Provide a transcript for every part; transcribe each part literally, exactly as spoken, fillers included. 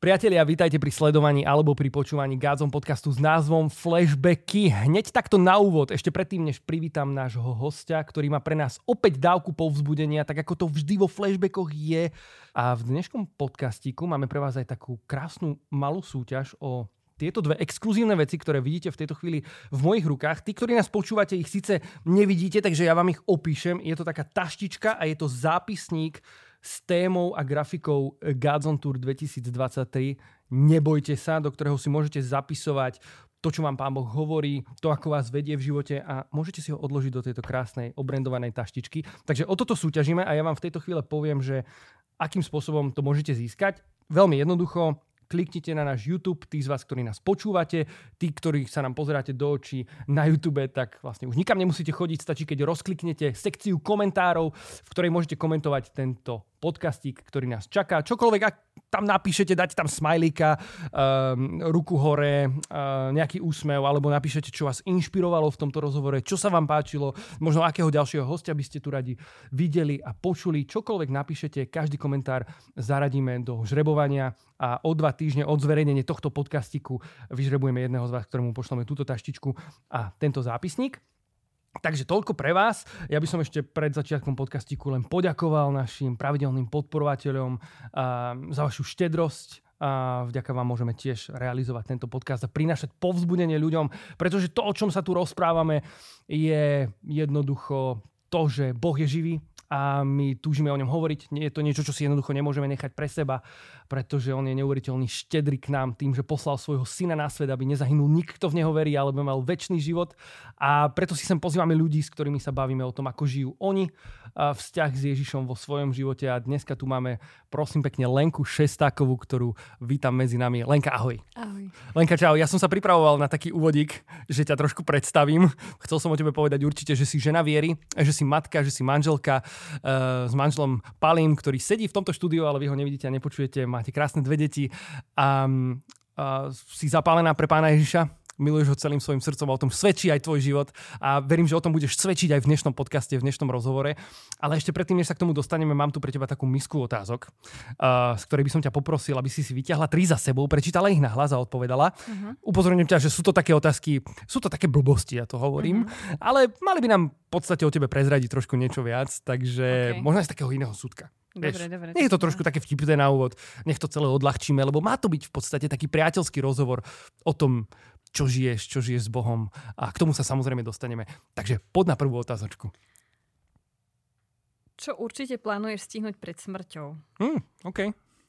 Priatelia, vítajte pri sledovaní alebo pri počúvaní Gádzom podcastu s názvom Flashbacky. Hneď takto na úvod, ešte predtým, než privítam nášho hostia, ktorý má pre nás opäť dávku povzbudenia, tak ako to vždy vo flashbackoch je. A v dnešnom podcastíku máme pre vás aj takú krásnu malú súťaž o tieto dve exkluzívne veci, ktoré vidíte v tejto chvíli v mojich rukách. Tí, ktorí nás počúvate, ich síce nevidíte, takže ja vám ich opíšem. Je to taká taštička a je to zápisník s témou a grafikou God's on Tour dvetisícdvadsaťtri. Nebojte sa, do ktorého si môžete zapisovať to, čo vám Pán Boh hovorí, to, ako vás vedie v živote a môžete si ho odložiť do tejto krásnej obrandovanej taštičky. Takže o toto súťažíme a ja vám v tejto chvíle poviem, že akým spôsobom to môžete získať. Veľmi jednoducho. Kliknite na náš YouTube, tí z vás, ktorí nás počúvate, tí, ktorí sa nám pozeráte do očí na YouTube, tak vlastne už nikam nemusíte chodiť, stačí, keď rozkliknete sekciu komentárov, v ktorej môžete komentovať tento podcastík, ktorý nás čaká. Čokoľvek, ak tam napíšete, dáte tam smajlíka, um, ruku hore, uh, nejaký úsmev, alebo napíšete, čo vás inšpirovalo v tomto rozhovore, čo sa vám páčilo, možno akého ďalšieho hostia by ste tu radi videli a počuli. Čokoľvek napíšete, každý komentár zaradíme do žrebovania a o dva týždne od zverejnenia tohto podcastíku vyžrebujeme jedného z vás, ktorému pošleme túto taštičku a tento zápisník. Takže toľko pre vás. Ja by som ešte pred začiatkom podcastíku len poďakoval našim pravidelným podporovateľom za vašu štedrosť. A vďaka vám môžeme tiež realizovať tento podcast a prinášať povzbudenie ľuďom, pretože to, o čom sa tu rozprávame, je jednoducho to, že Boh je živý a my túžime o ňom hovoriť. Nie je to niečo, čo si jednoducho nemôžeme nechať pre seba, pretože on je neuveriteľný štedrý k nám tým, že poslal svojho syna na svet, aby nezahynul nikto v neho verí, alebo mal večný život. A preto si sem pozývame ľudí, s ktorými sa bavíme o tom, ako žijú oni vzťah s Ježišom vo svojom živote. A dneska tu máme, prosím pekne, Lenku Šestákovú, ktorú vítam medzi nami. Lenka, ahoj. Ahoj. Lenka, čau. Ja som sa pripravoval na taký úvodík, že ťa trošku predstavím. Chcel som o tebe povedať určite, že si žena viery, že si matka, že si manželka. Uh, s manželom Palim, ktorý sedí v tomto štúdiu, ale vy ho nevidíte a nepočujete. Máte krásne dve deti. A um, uh, si zapálená pre Pána Ježiša. Miluješ ho celým svojim srdcom a o tom svedčí aj tvoj život. A verím, že o tom budeš svedčiť aj v dnešnom podcaste, v dnešnom rozhovore. Ale ešte predtým, než sa k tomu dostaneme, mám tu pre teba takú misku otázok, uh, z ktorej by som ťa poprosil, aby si si vyťahla tri za sebou, prečítala ich nahlas a odpovedala. Uh-huh. Upozorňujem ťa, že sú to také otázky, sú to také blbosti, ja to hovorím, uh-huh. ale mali by nám v podstate o tebe prezradiť trošku niečo viac, takže okay. Možno aj z takého iného súdka. Dobre, dobre. Nie je to trošku také vtipné na úvod, nech to celé odľahčíme, lebo má to byť v podstate taký priateľský rozhovor o tom, čo žiješ, čo žiješ s Bohom a k tomu sa samozrejme dostaneme. Takže poď na prvú otázočku. Čo určite plánuješ stihnúť pred smrťou? Hmm, OK.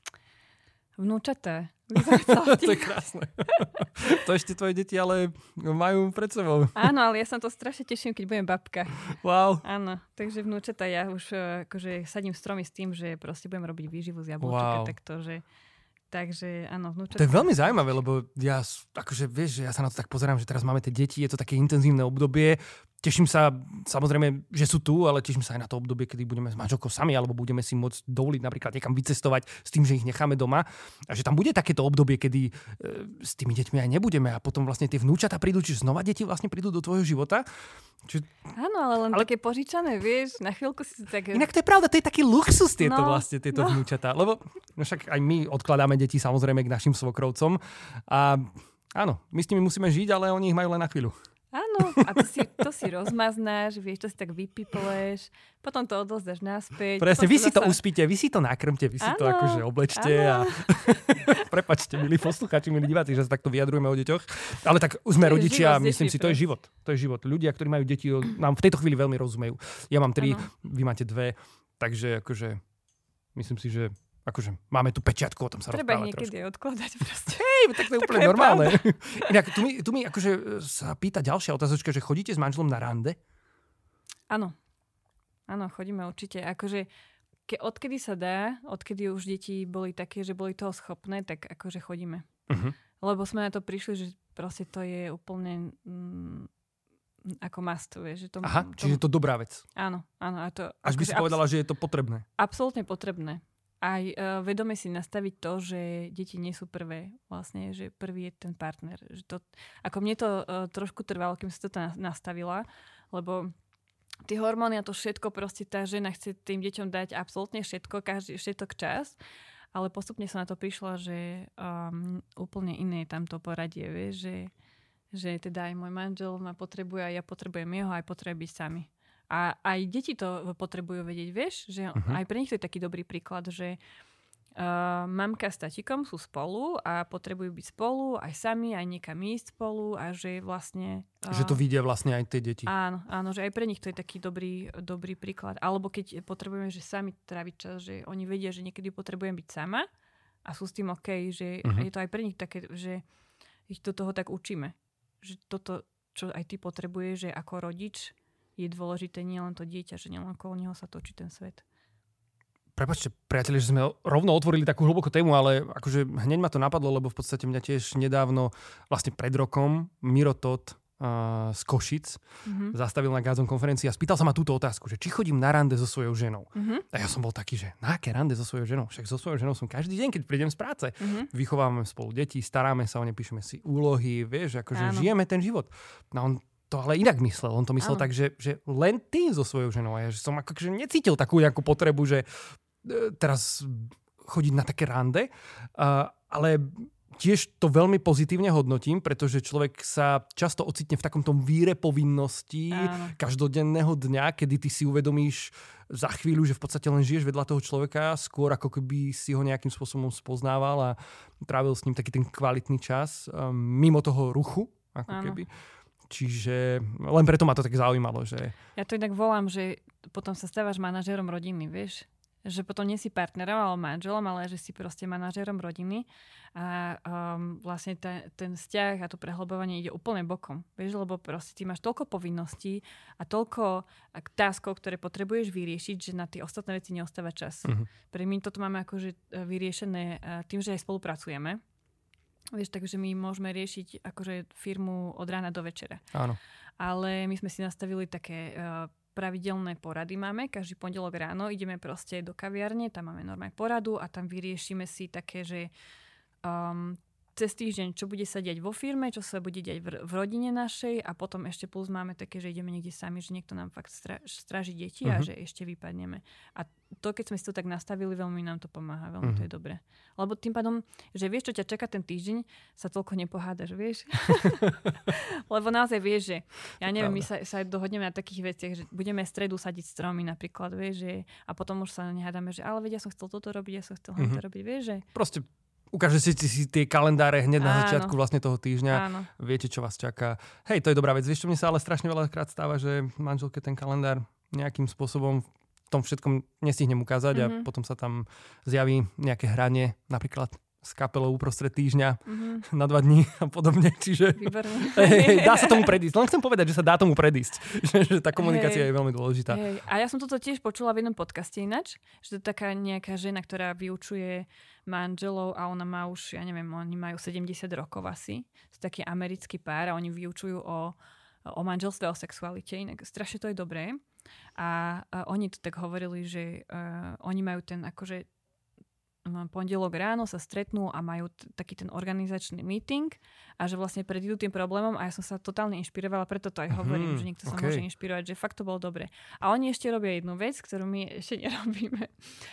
Vnúčaté. To je krásne. To ešte tvoje deti ale majú pred sebou. Áno, ale ja sa to strašne teším, keď budem babka. Wow. Áno, takže vnúčatá, ja už akože sadím stromy s tým, že proste budem robiť výživu z jablčka, wow. takto, že takže áno, vnúčatá. To je veľmi zaujímavé, lebo ja akože vieš, že ja sa na to tak pozerám, že teraz máme tie deti, je to také intenzívne obdobie. Teším sa, samozrejme, že sú tu, ale teším sa aj na to obdobie, kedy budeme s manželkou sami, alebo budeme si môcť dovoliť napríklad niekam vycestovať s tým, že ich necháme doma. A že tam bude takéto obdobie, kedy e, s tými deťmi aj nebudeme a potom vlastne tie vnúčatá prídu, čiže znova deti vlastne prídu do tvojho života. Čiže... Áno, ale len ale... také požičané, vieš, na chvíľku si tak... Inak to je pravda, to je taký luxus tieto no, vlastne, tieto no. vnúčatá. Lebo no však aj my odkladáme deti samozrejme k našim svokrovcom. A áno, my s nimi musíme žiť, ale oni ich majú len na chvíľu. Áno, a to si, to si rozmaznáš, vieš, to si tak vypipleš, potom to odozdáš naspäť. Presne, vy si zasa... to uspíte, vy si to nakrmte, vy si áno, to akože oblečte a prepáčte, milí poslucháči, milí diváci, že sa takto vyjadrujeme o deťoch. Ale tak už sme rodičia, myslím si, to je život. To je život. Ľudia, ktorí majú deti, nám v tejto chvíli veľmi rozumejú. Ja mám tri, áno. Vy máte dve, takže akože myslím si, že akože máme tu pečiatku, o tom sa treba rozprávať niekedy trošku. Odkladať proste. Hej, tak to je úplne normálne. Inak, tu mi, tu mi akože sa pýta ďalšia otázočka, že chodíte s manželom na rande? Áno. Áno, chodíme určite. Akože, ke, odkedy sa dá, odkedy už deti boli také, že boli toho schopné, tak akože chodíme. Uh-huh. Lebo sme na to prišli, že proste to je úplne... Mm, ako must, vieš. Že to, Aha, to, čiže je to dobrá vec. Áno, áno. A to, až by si povedala, abs- že je to potrebné. Absolútne potrebné. Aj uh, vedome si nastaviť to, že deti nie sú prvé. Vlastne, že prvý je ten partner. Že to, ako mne to uh, trošku trvalo, kým som to nastavila, lebo tie hormóny a to všetko, proste tá žena chce tým deťom dať absolútne všetko, každý všetok čas. ale postupne som na to prišla, že um, úplne iné je tam to poradie, vieš, že, že teda aj môj manžel ma potrebuje a ja potrebujem jeho, aj potrebujem byť sami. A aj deti to potrebujú vedieť, vieš, že uh-huh. aj pre nich to je taký dobrý príklad, že Uh, mamka s tatikom sú spolu a potrebujú byť spolu, aj sami, aj niekam ísť spolu a že vlastne... Uh, že to vidia vlastne aj tie deti. Áno, áno, že aj pre nich to je taký dobrý, dobrý príklad. Alebo keď potrebujeme, že sami tráviť čas, že oni vedia, že niekedy potrebujem byť sama a sú s tým OK, že uh-huh. je to aj pre nich také, že ich do toho tak učíme. Že toto, čo aj ty potrebuješ, že ako rodič je dôležité nielen to dieťa, že nielen okolo neho sa točí ten svet. Prepáčte, priatelia, že sme rovno otvorili takú hlbokú tému, ale akože hneď ma to napadlo, lebo v podstate mňa tiež nedávno, vlastne pred rokom, Miro Todt uh, z Košic mm-hmm. zastavil na Gádzom konferencii a spýtal sa ma túto otázku, že či chodím na rande so svojou ženou. Mm-hmm. A ja som bol taký, že na aké rande so svojou ženou? Však so svojou ženou som každý deň, keď prídem z práce. Mm-hmm. Vychovávame spolu deti, staráme sa o ne, píšeme si úlohy, vieš, akože Áno. žijeme ten život. No on to ale inak myslel. On to myslel Áno. tak, že, že len ty so svojou ženou. A ja že som akože necítil takú nejakú potrebu, že teraz chodiť na také rande, uh, ale tiež to veľmi pozitívne hodnotím, pretože človek sa často ocitne v takom tom víre povinností Áno. každodenného dňa, kedy ty si uvedomíš za chvíľu, že v podstate len žiješ vedľa toho človeka, skôr ako keby si ho nejakým spôsobom spoznával a trávil s ním taký ten kvalitný čas um, mimo toho ruchu, ako Áno. keby. Čiže len preto ma to tak zaujímalo. Že... Ja to inak volám, že potom sa stávaš manažérom rodiny, vieš? Že potom nie si partnerom alebo manželom, ale že si proste manažérom rodiny a um, vlastne ta, ten vzťah a to prehlbovanie ide úplne bokom. Vieš, lebo proste ty máš toľko povinností a toľko taskov, ktoré potrebuješ vyriešiť, že na tie ostatné veci neostáva čas. Uh-huh. Pre my toto máme akože vyriešené tým, že aj spolupracujeme. Vieš, takže my môžeme riešiť akože firmu od rána do večera. Áno. Ale my sme si nastavili také... Uh, pravidelné porady máme. Každý pondelok ráno ideme proste do kaviarne, tam máme normálne poradu a tam vyriešime si také, že um, cez týždeň, čo bude sa diať vo firme, čo sa bude diať v, v rodine našej a potom ešte plus máme také, že ideme niekde sami, že niekto nám fakt stra, stráži deti uh-huh. a že ešte vypadneme. A to, keď sme si to tak nastavili, veľmi nám to pomáha, veľmi uh-huh. to je dobré. Lebo tým pádom, že vieš, čo ťa čaká ten týždeň, sa toľko nepohádaš, vieš? Lebo naozaj vieš, že ja neviem, my sa, sa dohodneme na takých veciach, že budeme v stredu sadiť stromy napríklad, vieš, že, a potom už sa nehádame, že ale veď ja som chcel toto robiť, ja som chcel uh-huh. to robiť, vieš, že... Proste ukáže si, si, si tie kalendáre hneď na Áno. začiatku vlastne toho týždňa. Áno. Viete, čo vás čaká. Hej, to je dobrá vec. Vieš, čo mne sa ale strašne veľakrát stáva, že manželke ten kalendár nejakým spôsobom v tom všetkom nestihnem ukázať mm-hmm. a potom sa tam zjaví nejaké hranie, napríklad s kapelou uprostred týždňa mm-hmm. na dva dní a podobne. Čiže hej, dá sa tomu predísť. Len chcem povedať, že sa dá tomu predísť. že, že tá komunikácia hej. je veľmi dôležitá. Hej. A ja som toto tiež počula v jednom podcaste ináč, že to je taká nejaká žena, ktorá vyučuje manželov a ona má už, ja neviem, oni majú sedemdesiat rokov asi. Sú taký americký pár a oni vyučujú o, o manželstve, o sexualite. Inak strašne to je dobré. A, a oni to tak hovorili, že uh, oni majú ten akože pondelok ráno sa stretnú a majú t- taký ten organizačný meeting a že vlastne predídu tým problémom a ja som sa totálne inšpirovala, preto to aj hovorím, mm, že niekto sa okay. môže inšpirovať, že fakt to bolo dobre. A oni ešte robia jednu vec, ktorú my ešte nerobíme.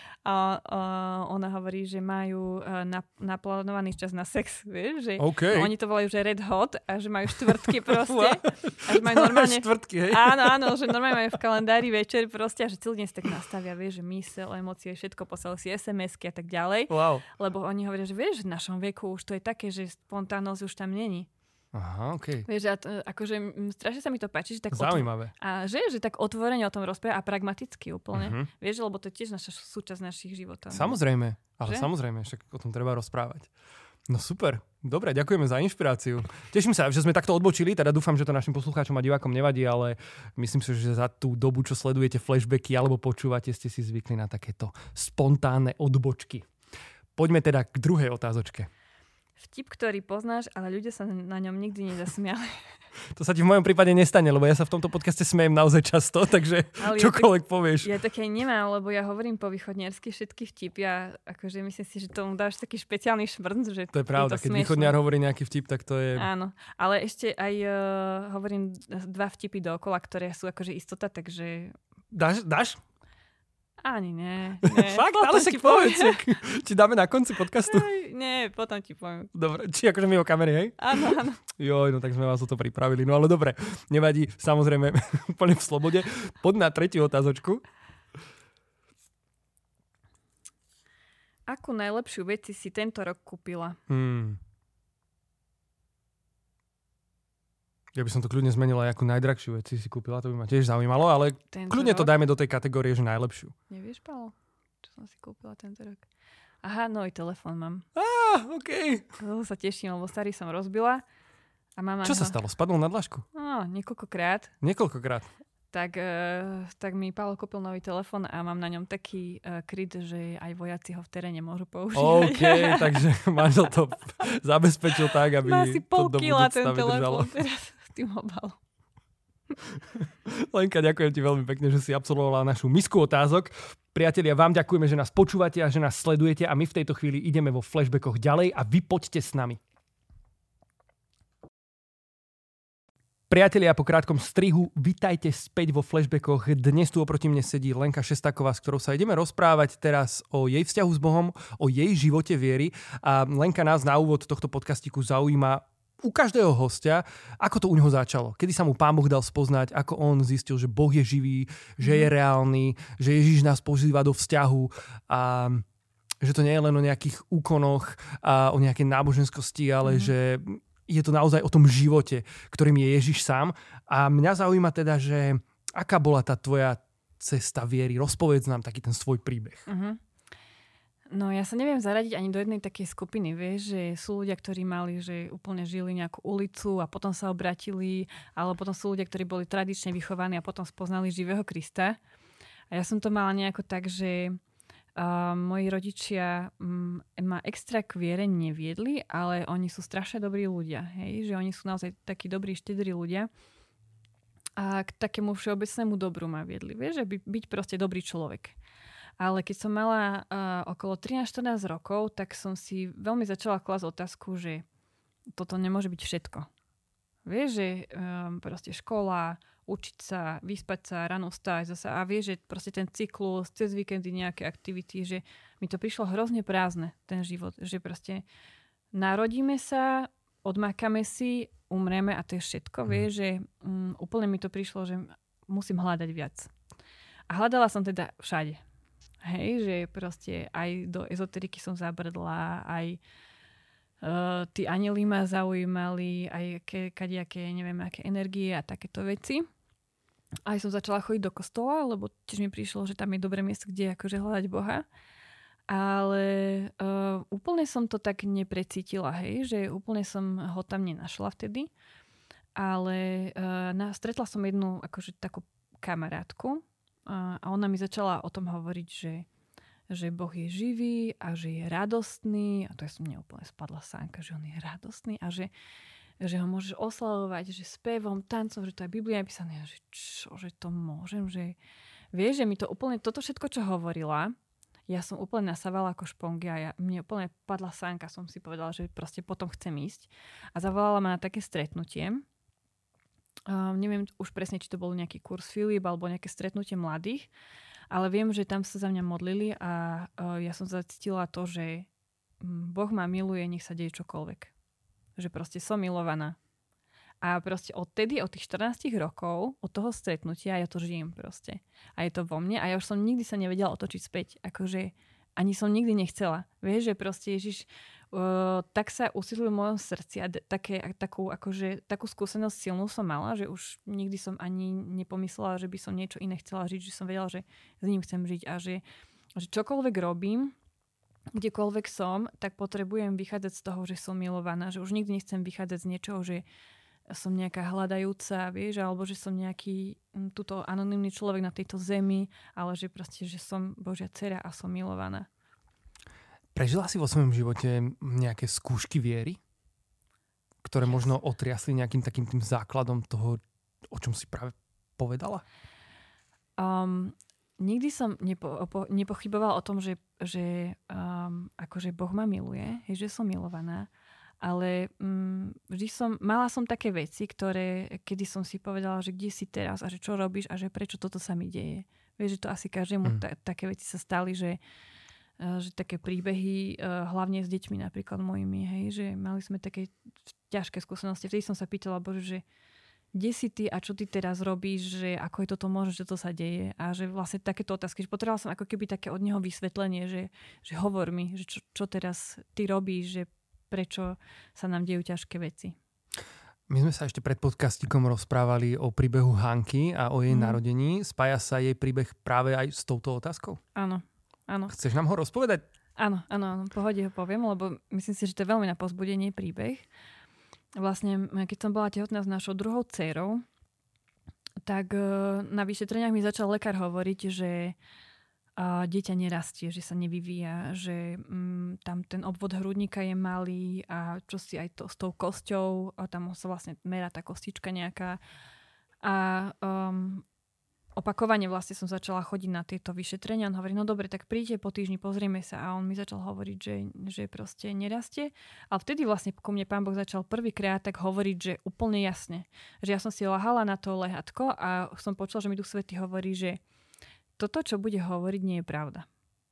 A, a ona hovorí, že majú na, naplánovaný čas na sex, vieš, že okay. no, oni to volajú, že red hot a že majú štvrtky proste. A že majú normálne... štvrtky, hej? Áno, áno, že normálne majú v kalendári večer proste a že celý deň si tak nastavia, vieš, že mysel, emócie, všetko, poslali si es em esky a tak ďalej. Wow. Lebo oni hovoria, že vieš, v našom veku už to je také, že spontánnosť už tam není. Aha, okej. Okay. Vieš, a to, akože strašne sa mi to páči, že tak zaujímavé. Otv- a že, že tak otvorene o tom rozpráva a pragmaticky úplne. Uh-huh. Vieš, lebo to je tiež naša súčasť našich životov. Samozrejme, ale že? samozrejme, však o tom treba rozprávať. No super, dobre, ďakujeme za inšpiráciu. Teším sa, že sme takto odbočili, teda dúfam, že to našim poslucháčom a divákom nevadí, ale myslím si, že za tú dobu, čo sledujete flashbacky alebo počúvate, ste si zvykli na takéto spontánne odbočky. Poďme teda k druhej otázočke. Vtip, ktorý poznáš, ale ľudia sa na ňom nikdy nezasmiali. To sa ti v mojom prípade nestane, lebo ja sa v tomto podcaste smejem naozaj často, takže ale čokoľvek ja tak, povieš. Ja také nemám, lebo ja hovorím po východniarsky všetky vtipy a akože myslím si, že tomu dáš taký špeciálny šmrnc, že to je pravda, je to keď východniar hovorí nejaký vtip, tak to je... Áno, ale ešte aj uh, hovorím dva vtipy dookola, ktoré sú akože istota, takže... Dáš? Dáš? Ani nie. nie. Fakt? Ale sa povedz. Ti dáme na konci podcastu? Aj, nie, potom ti poviem. Dobre, či akože mimo kamery, hej? Áno, áno. Joj, no tak sme vás o to pripravili. No ale dobre, nevadí, samozrejme, úplne v slobode. Poď na tretiu otázočku. Akú najlepšiu vec si tento rok kúpila? Hmm. Ja by som to kľudne zmenila, akú najdrahšiu vec si si kúpila, to by ma tiež zaujímalo, ale tento kľudne rok? To dajme do tej kategórie, že najlepšiu. Nevieš, Paolo, čo som si kúpila tento rok? Aha, nový telefón mám. Á, okej. Okay. To sa teším, lebo starý som rozbila. A mám čo ho... sa stalo? Spadol na dlažku? No, niekoľkokrát. Niekoľkokrát. Tak, uh, tak mi Paolo kúpil nový telefón a mám na ňom taký uh, kryt, že aj vojaci ho v teréne môžu používať. OK, takže manžel to zabezpečil tak, aby má si pol to do kila ten telefón teraz s tým obalom. Lenka, ďakujem ti veľmi pekne, že si absolvovala našu misku otázok. Priatelia, vám ďakujeme, že nás počúvate a že nás sledujete a my v tejto chvíli ideme vo flashbackoch ďalej a vy poďte s nami. Priatelia, po krátkom strihu, vitajte späť vo flashbackoch. Dnes tu oproti mne sedí Lenka Šestáková, s ktorou sa ideme rozprávať teraz o jej vzťahu s Bohom, o jej živote viery. A Lenka, nás na úvod tohto podcastiku zaujíma u každého hostia, ako to u neho začalo. Kedy sa mu Pán Boh dal spoznať, ako on zistil, že Boh je živý, že je reálny, že Ježiš nás pozýva do vzťahu a že to nie je len o nejakých úkonoch a o nejakej náboženskosti, ale mm-hmm. že je to naozaj o tom živote, ktorým je Ježiš sám. A mňa zaujíma teda, že aká bola tá tvoja cesta viery? Rozpovedz nám taký ten svoj príbeh. Uh-huh. No ja sa neviem zaradiť ani do jednej takej skupiny. Vieš, že sú ľudia, ktorí mali, že úplne žili nejakú ulicu a potom sa obratili, ale potom sú ľudia, ktorí boli tradične vychovaní a potom spoznali živého Krista. A ja som to mala nejako tak, že Uh, moji rodičia um, ma extra k viere neviedli, ale oni sú strašne dobrí ľudia. Hej? Že oni sú naozaj takí dobrí, štedrí ľudia. A k takému všeobecnému dobru ma viedli. Vieš, že by, byť proste dobrý človek. Ale keď som mala uh, okolo trinásť štrnásť rokov, tak som si veľmi začala klásť otázku, že toto nemôže byť všetko. Vieš, že um, proste škola, učiť sa, vyspať sa, ráno vstať zase a vieš, že proste ten cyklus, cez víkendy nejaké aktivity, že mi to prišlo hrozne prázdne, ten život, že proste narodíme sa, odmákame si, umrieme a to je všetko, mm. vieš, že um, úplne mi to prišlo, že musím hľadať viac. A hľadala som teda všade. Hej, že proste aj do ezoteriky som zabrdla, aj Uh, tí anjeli ma zaujímali, aj ke, kadejaké, neviem, aké energie a takéto veci. Aj som začala chodiť do kostola, lebo tiež mi prišlo, že tam je dobré miesto, kde akože hľadať Boha. Ale uh, úplne som to tak neprecítila, hej, že úplne som ho tam nenašla vtedy. Ale uh, na, stretla som jednu akože takú kamarátku uh, a ona mi začala o tom hovoriť, že že Boh je živý a že je radostný. A to ja som mne úplne spadla sánka, že on je radostný a že, že ho môžeš oslavovať, že spevom, tancom, že to je Biblia napísané. A že čo, že to môžem, že vieš, že mi to úplne, toto všetko, čo hovorila, ja som úplne nasávala ako špongy a ja, mne úplne padla sánka, som si povedala, že proste potom chcem ísť. A zavolala ma na také stretnutie. Um, neviem už presne, či to bol nejaký kurz Filip alebo nejaké stretnutie mladých, ale viem, že tam sa za mňa modlili a uh, ja som zacítila to, že Boh ma miluje, nech sa deje čokoľvek. Že proste som milovaná. A proste odtedy, od tých štrnástich rokov, od toho stretnutia, ja to žijem proste. A je to vo mne a ja už som nikdy sa nevedela otočiť späť. Akože ani som nikdy nechcela. Vieš, že proste Ježiš uh, tak sa usiluje v mojom srdci a d- také, takú, akože, takú skúsenosť silnú som mala, že už nikdy som ani nepomyslela, že by som niečo iné chcela žiť, že som vedela, že s ním chcem žiť a že, že čokoľvek robím, kdekoľvek som, tak potrebujem vychádzať z toho, že som milovaná, že už nikdy nechcem vychádzať z niečoho, že som nejaká hľadajúca, vieš, alebo že som nejaký m, tuto anonymný človek na tejto zemi, ale že proste, že som Božia dcera a som milovaná. Prežila si vo svojom živote nejaké skúšky viery, ktoré yes. možno otriasli nejakým takým tým základom toho, o čom si práve povedala? Um, nikdy som nepo, opo, nepochybovala o tom, že, že um, akože Boh ma miluje, že som milovaná. Ale um, vždy som, mala som také veci, ktoré, kedy som si povedala, že kde si teraz a že čo robíš a že prečo toto sa mi deje. Vieš, že to asi každému mm. ta- také veci sa stali, že, že také príbehy, hlavne s deťmi napríklad mojimi, hej, že mali sme také ťažké skúsenosti. Vtedy som sa pýtala, Bože, že kde si ty a čo ty teraz robíš, že ako je toto možné, že to sa deje a že vlastne takéto otázky, že potrebovala som ako keby také od neho vysvetlenie, že, že hovor mi, že čo, čo teraz ty robíš, že prečo sa nám dejú ťažké veci. My sme sa ešte pred podcastíkom rozprávali o príbehu Hanky a o jej mm. narodení. Spája sa jej príbeh práve aj s touto otázkou? Áno, áno. Chceš nám ho rozpovedať? Áno, áno, áno, pohode ho poviem, lebo myslím si, že to je veľmi na povzbudenie príbeh. Vlastne, keď som bola tehotná s našou druhou dcérou, tak na vyšetreniach mi začal lekár hovoriť, že dieťa nerastie, že sa nevyvíja, že um, tam ten obvod hrudníka je malý a čo si aj to, s tou kosťou, a tam sa vlastne merá tá kostička nejaká. A um, opakovane vlastne som začala chodiť na tieto vyšetrenia. On hovorí, no dobre, tak príďte po týždni, pozrieme sa. A on mi začal hovoriť, že, že proste nerastie. Ale vtedy vlastne ku mne Pán Boh začal prvýkrát tak hovoriť, že úplne jasne. Že ja som si lahala na to lehatko a som počula, že mi Duch Svätý hovorí, že toto, čo bude hovoriť, nie je pravda.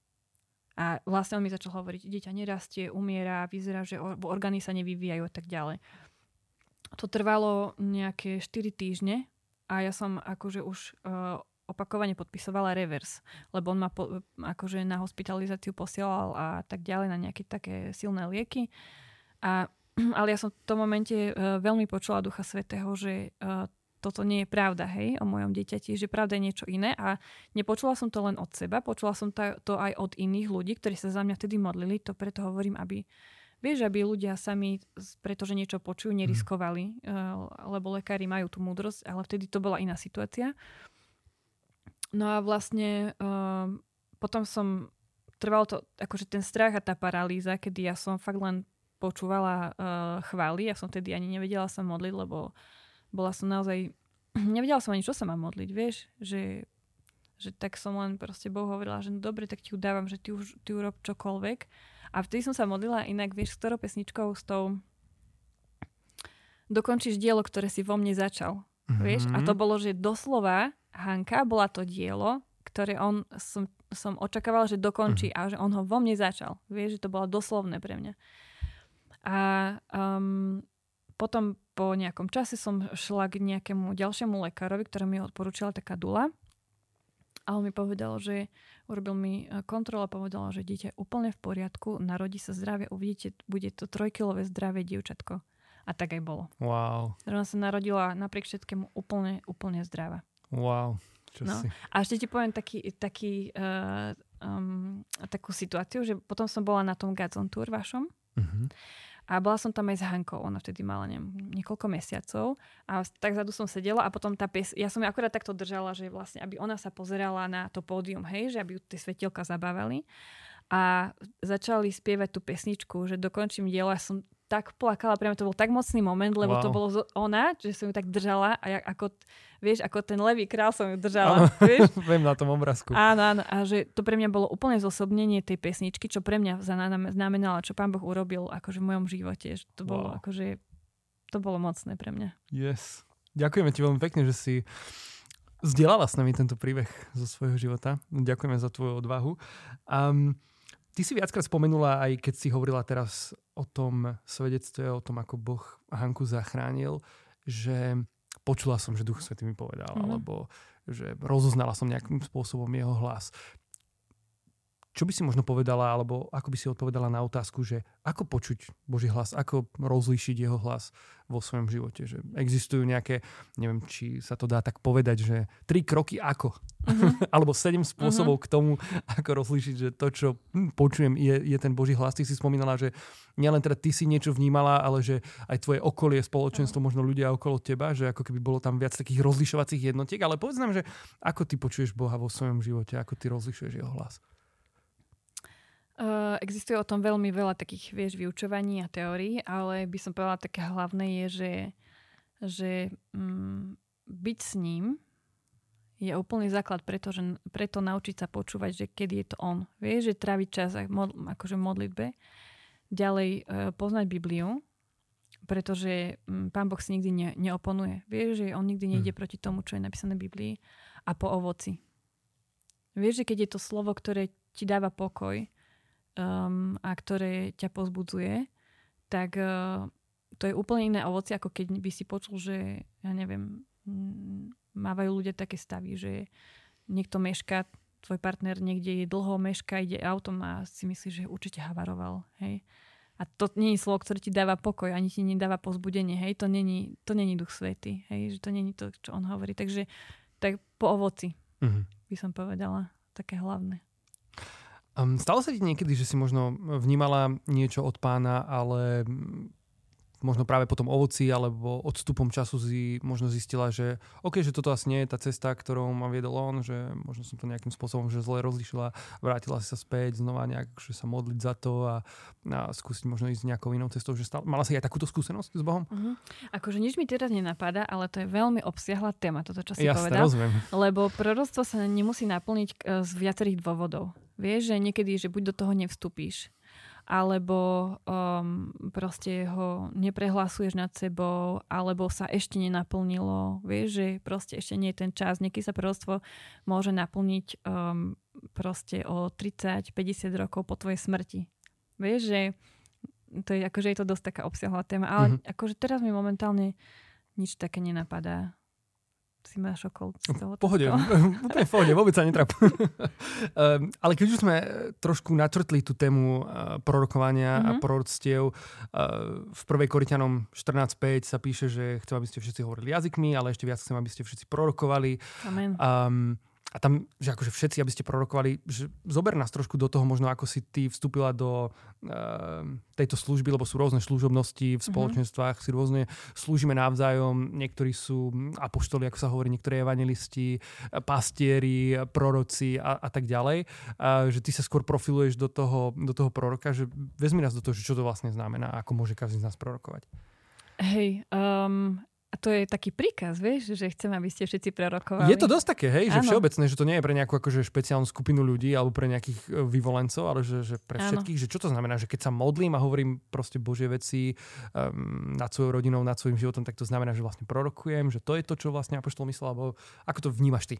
A vlastne on mi začal hovoriť, dieťa nerastie, umiera, vyzerá, že orgány sa nevyvíjajú a tak ďalej. To trvalo nejaké štyri týždne. A ja som akože už uh, opakovane podpisovala revers, lebo on ma po, akože na hospitalizáciu posielal a tak ďalej, na nejaké také silné lieky. A, ale ja som v tom momente uh, veľmi počula Ducha Svätého, že uh, toto nie je pravda, hej, o mojom dieťati, že pravda je niečo iné. A nepočula som to len od seba, počula som to, to aj od iných ľudí, ktorí sa za mňa vtedy modlili. To preto hovorím, aby vieš, aby ľudia sami, pretože niečo počujú, neriskovali, mm. lebo lekári majú tú múdrosť, ale vtedy to bola iná situácia. No a vlastne um, potom som, trvalo to, akože ten strach a tá paralýza, kedy ja som fakt len počúvala uh, chvály, ja som vtedy ani nevedela sa modliť, lebo bola som naozaj, nevedela som ani, čo sa mám modliť, vieš, že, že tak som len proste Bohu hovorila, že no dobre, tak ti udávam, že ty, už, ty urob čokoľvek. A vtedy som sa modlila inak, vieš, s ktorou pesničkou, s tou dokončíš dielo, ktoré si vo mne začal. Mm-hmm. Vieš? A to bolo, že doslova Hanka bola to dielo, ktoré on som, som očakávala, že dokončí mm-hmm. a že on ho vo mne začal. Vieš, že to bolo doslovné pre mňa. A um, potom po nejakom čase som šla k nejakému ďalšiemu lekárovi, ktorý mi odporúčila taká dula. A on mi povedal, že urobil mi kontrolu a povedal, že dieťa je úplne v poriadku, narodí sa zdravé, uvidíte, bude to trojkilové zdravé dievčatko. A tak aj bolo. Wow. Ona sa narodila napriek všetkému úplne, úplne zdravá. Wow. Čo no. si? A ešte ti poviem taký, taký, uh, um, takú situáciu, že potom som bola na tom Gods on Tour vašom. Uh-huh. A bola som tam aj s Hankou, ona vtedy mala neviem, niekoľko mesiacov a tak zadu som sedela a potom tá pes, ja som ju akorát takto držala, že vlastne, aby ona sa pozerala na to pódium, hej, že aby ju tie svetielka zabávali a začali spievať tú pesničku, že dokončím dielo a som tak plakala, priamo to bol tak mocný moment, lebo wow. to bolo ona, že som ju tak držala a ja, ako, vieš, ako ten levý král som ju držala. Vieš? Viem na tom obrázku. Áno, áno. A že to pre mňa bolo úplne zosobnenie tej pesničky, čo pre mňa znamenalo, čo Pán Boh urobil akože v mojom živote. Že to bolo wow. akože, to bolo mocné pre mňa. Yes. Ďakujeme ti veľmi pekne, že si zdieľala s nami tento príbeh zo svojho života. Ďakujeme za tvoju odvahu. Um, Ty si viackrát spomenula, aj keď si hovorila teraz o tom svedectve, o tom, ako Boh Hanku zachránil, že počula som, že Duch Svätý mi povedal, mm. alebo že rozoznala som nejakým spôsobom jeho hlas. Čo by si možno povedala, alebo ako by si odpovedala na otázku, že ako počuť Boží hlas, ako rozlíšiť jeho hlas vo svojom živote? Že existujú nejaké, neviem, či sa to dá tak povedať, že tri kroky ako? Uh-huh. alebo sedem spôsobov uh-huh. k tomu, ako rozlíšiť, že to, čo hm, počujem, je, je ten Boží hlas. Ty si spomínala, že nielen teda ty si niečo vnímala, ale že aj tvoje okolie, spoločenstvo, uh-huh. možno ľudia okolo teba, že ako keby bolo tam viac takých rozlišovacích jednotiek. Ale povedz nám, že ako ty počuješ Boha vo svojom živote, ako ty rozlišuješ jeho hlas? Uh, existuje o tom veľmi veľa takých, vieš, vyučovaní a teórií, ale by som povedala, také hlavné je, že, že um, byť s ním je úplný základ, pretože, preto naučiť sa počúvať, že kedy je to on. Vieš, že tráviť čas mod, akože v modlitbe. Ďalej uh, poznať Bibliu, pretože um, Pán Boh si nikdy ne, neoponuje. Vieš, že on nikdy nejde hmm. proti tomu, čo je napísané v Biblii. A po ovoci. Vieš, že keď je to slovo, ktoré ti dáva pokoj um, a ktoré ťa pozbudzuje, tak uh, to je úplne iné ovocie, ako keď by si počul, že ja neviem, mávajú ľudia také stavy, že niekto mešká, tvoj partner niekde je dlho mešká, ide autom a si myslíš, že určite havaroval. Hej? A to nie je slovo, ktoré ti dáva pokoj, ani ti nedáva povzbudenie. Hej? To není, to není Duch Svätý. Hej? Že to není to, čo on hovorí. Takže tak po ovoci mm-hmm. by som povedala také hlavné. Um, stalo sa ti niekedy, že si možno vnímala niečo od Pána, ale možno práve po tom ovoci alebo odstupom času si možno zistila, že OK, že toto asi nie je tá cesta, ktorou ma viedol on, že možno som to nejakým spôsobom že zle rozlišila, vrátila si sa späť, znova nejak že sa modliť za to a, a skúsiť možno ísť nejakou inou cestou. Že stále, mala si aj takúto skúsenosť s Bohom? Uh-huh. Akože nič mi teraz nenapadá, ale to je veľmi obsiahla téma, toto, čo si Jasne, povedal. Rozumiem. Lebo proroctvo sa nemusí naplniť z viacerých dôvodov. Vieš, že niekedy, že buď do toho nevstúpíš, alebo um, proste ho neprehlasuješ nad sebou, alebo sa ešte nenaplnilo. Vieš, že proste ešte nie je ten čas. Niekedy sa proroctvo môže naplniť um, proste o tridsať päťdesiat rokov po tvojej smrti. Vieš, že to je, akože je to dosť taká obsiahla téma. Ale mm-hmm. akože teraz mi momentálne nič také nenapadá. Si ma šokol. V pohode, úplne v pohode, vôbec sa netrap. um, ale keď už sme trošku načrtli tú tému uh, prorokovania mm-hmm. a proroctiev, uh, v prvej Korinťanom štrnásť päť sa píše, že chcem, aby ste všetci hovorili jazykmi, ale ešte viac chcem, aby ste všetci prorokovali. Amen. Um, a tam, že akože všetci, aby ste prorokovali, že zober nás trošku do toho, možno ako si ty vstúpila do uh, tejto služby, lebo sú rôzne služobnosti v spoločenstvách, mm-hmm. si rôzne slúžime navzájom, niektorí sú apoštoli, ako sa hovorí, niektorí evanjelisti, pastieri, proroci a, a tak ďalej. Uh, že ty sa skôr profiluješ do toho, do toho proroka, že vezmi nás do toho, že čo to vlastne znamená a ako môže každý z nás prorokovať. Hej, um... A to je taký príkaz, vieš, že chcem, aby ste všetci prorokovali. Je to dosť také, hej, že Áno. všeobecné, že to nie je pre nejakú akože špeciálnu skupinu ľudí alebo pre nejakých vyvolencov, ale že, že pre všetkých, Áno. že čo to znamená, že keď sa modlím a hovorím proste Božie veci um, nad svojou rodinou, nad svojím životom, tak to znamená, že vlastne prorokujem, že to je to, čo vlastne apoštol myslel, alebo ako to vnímaš ty?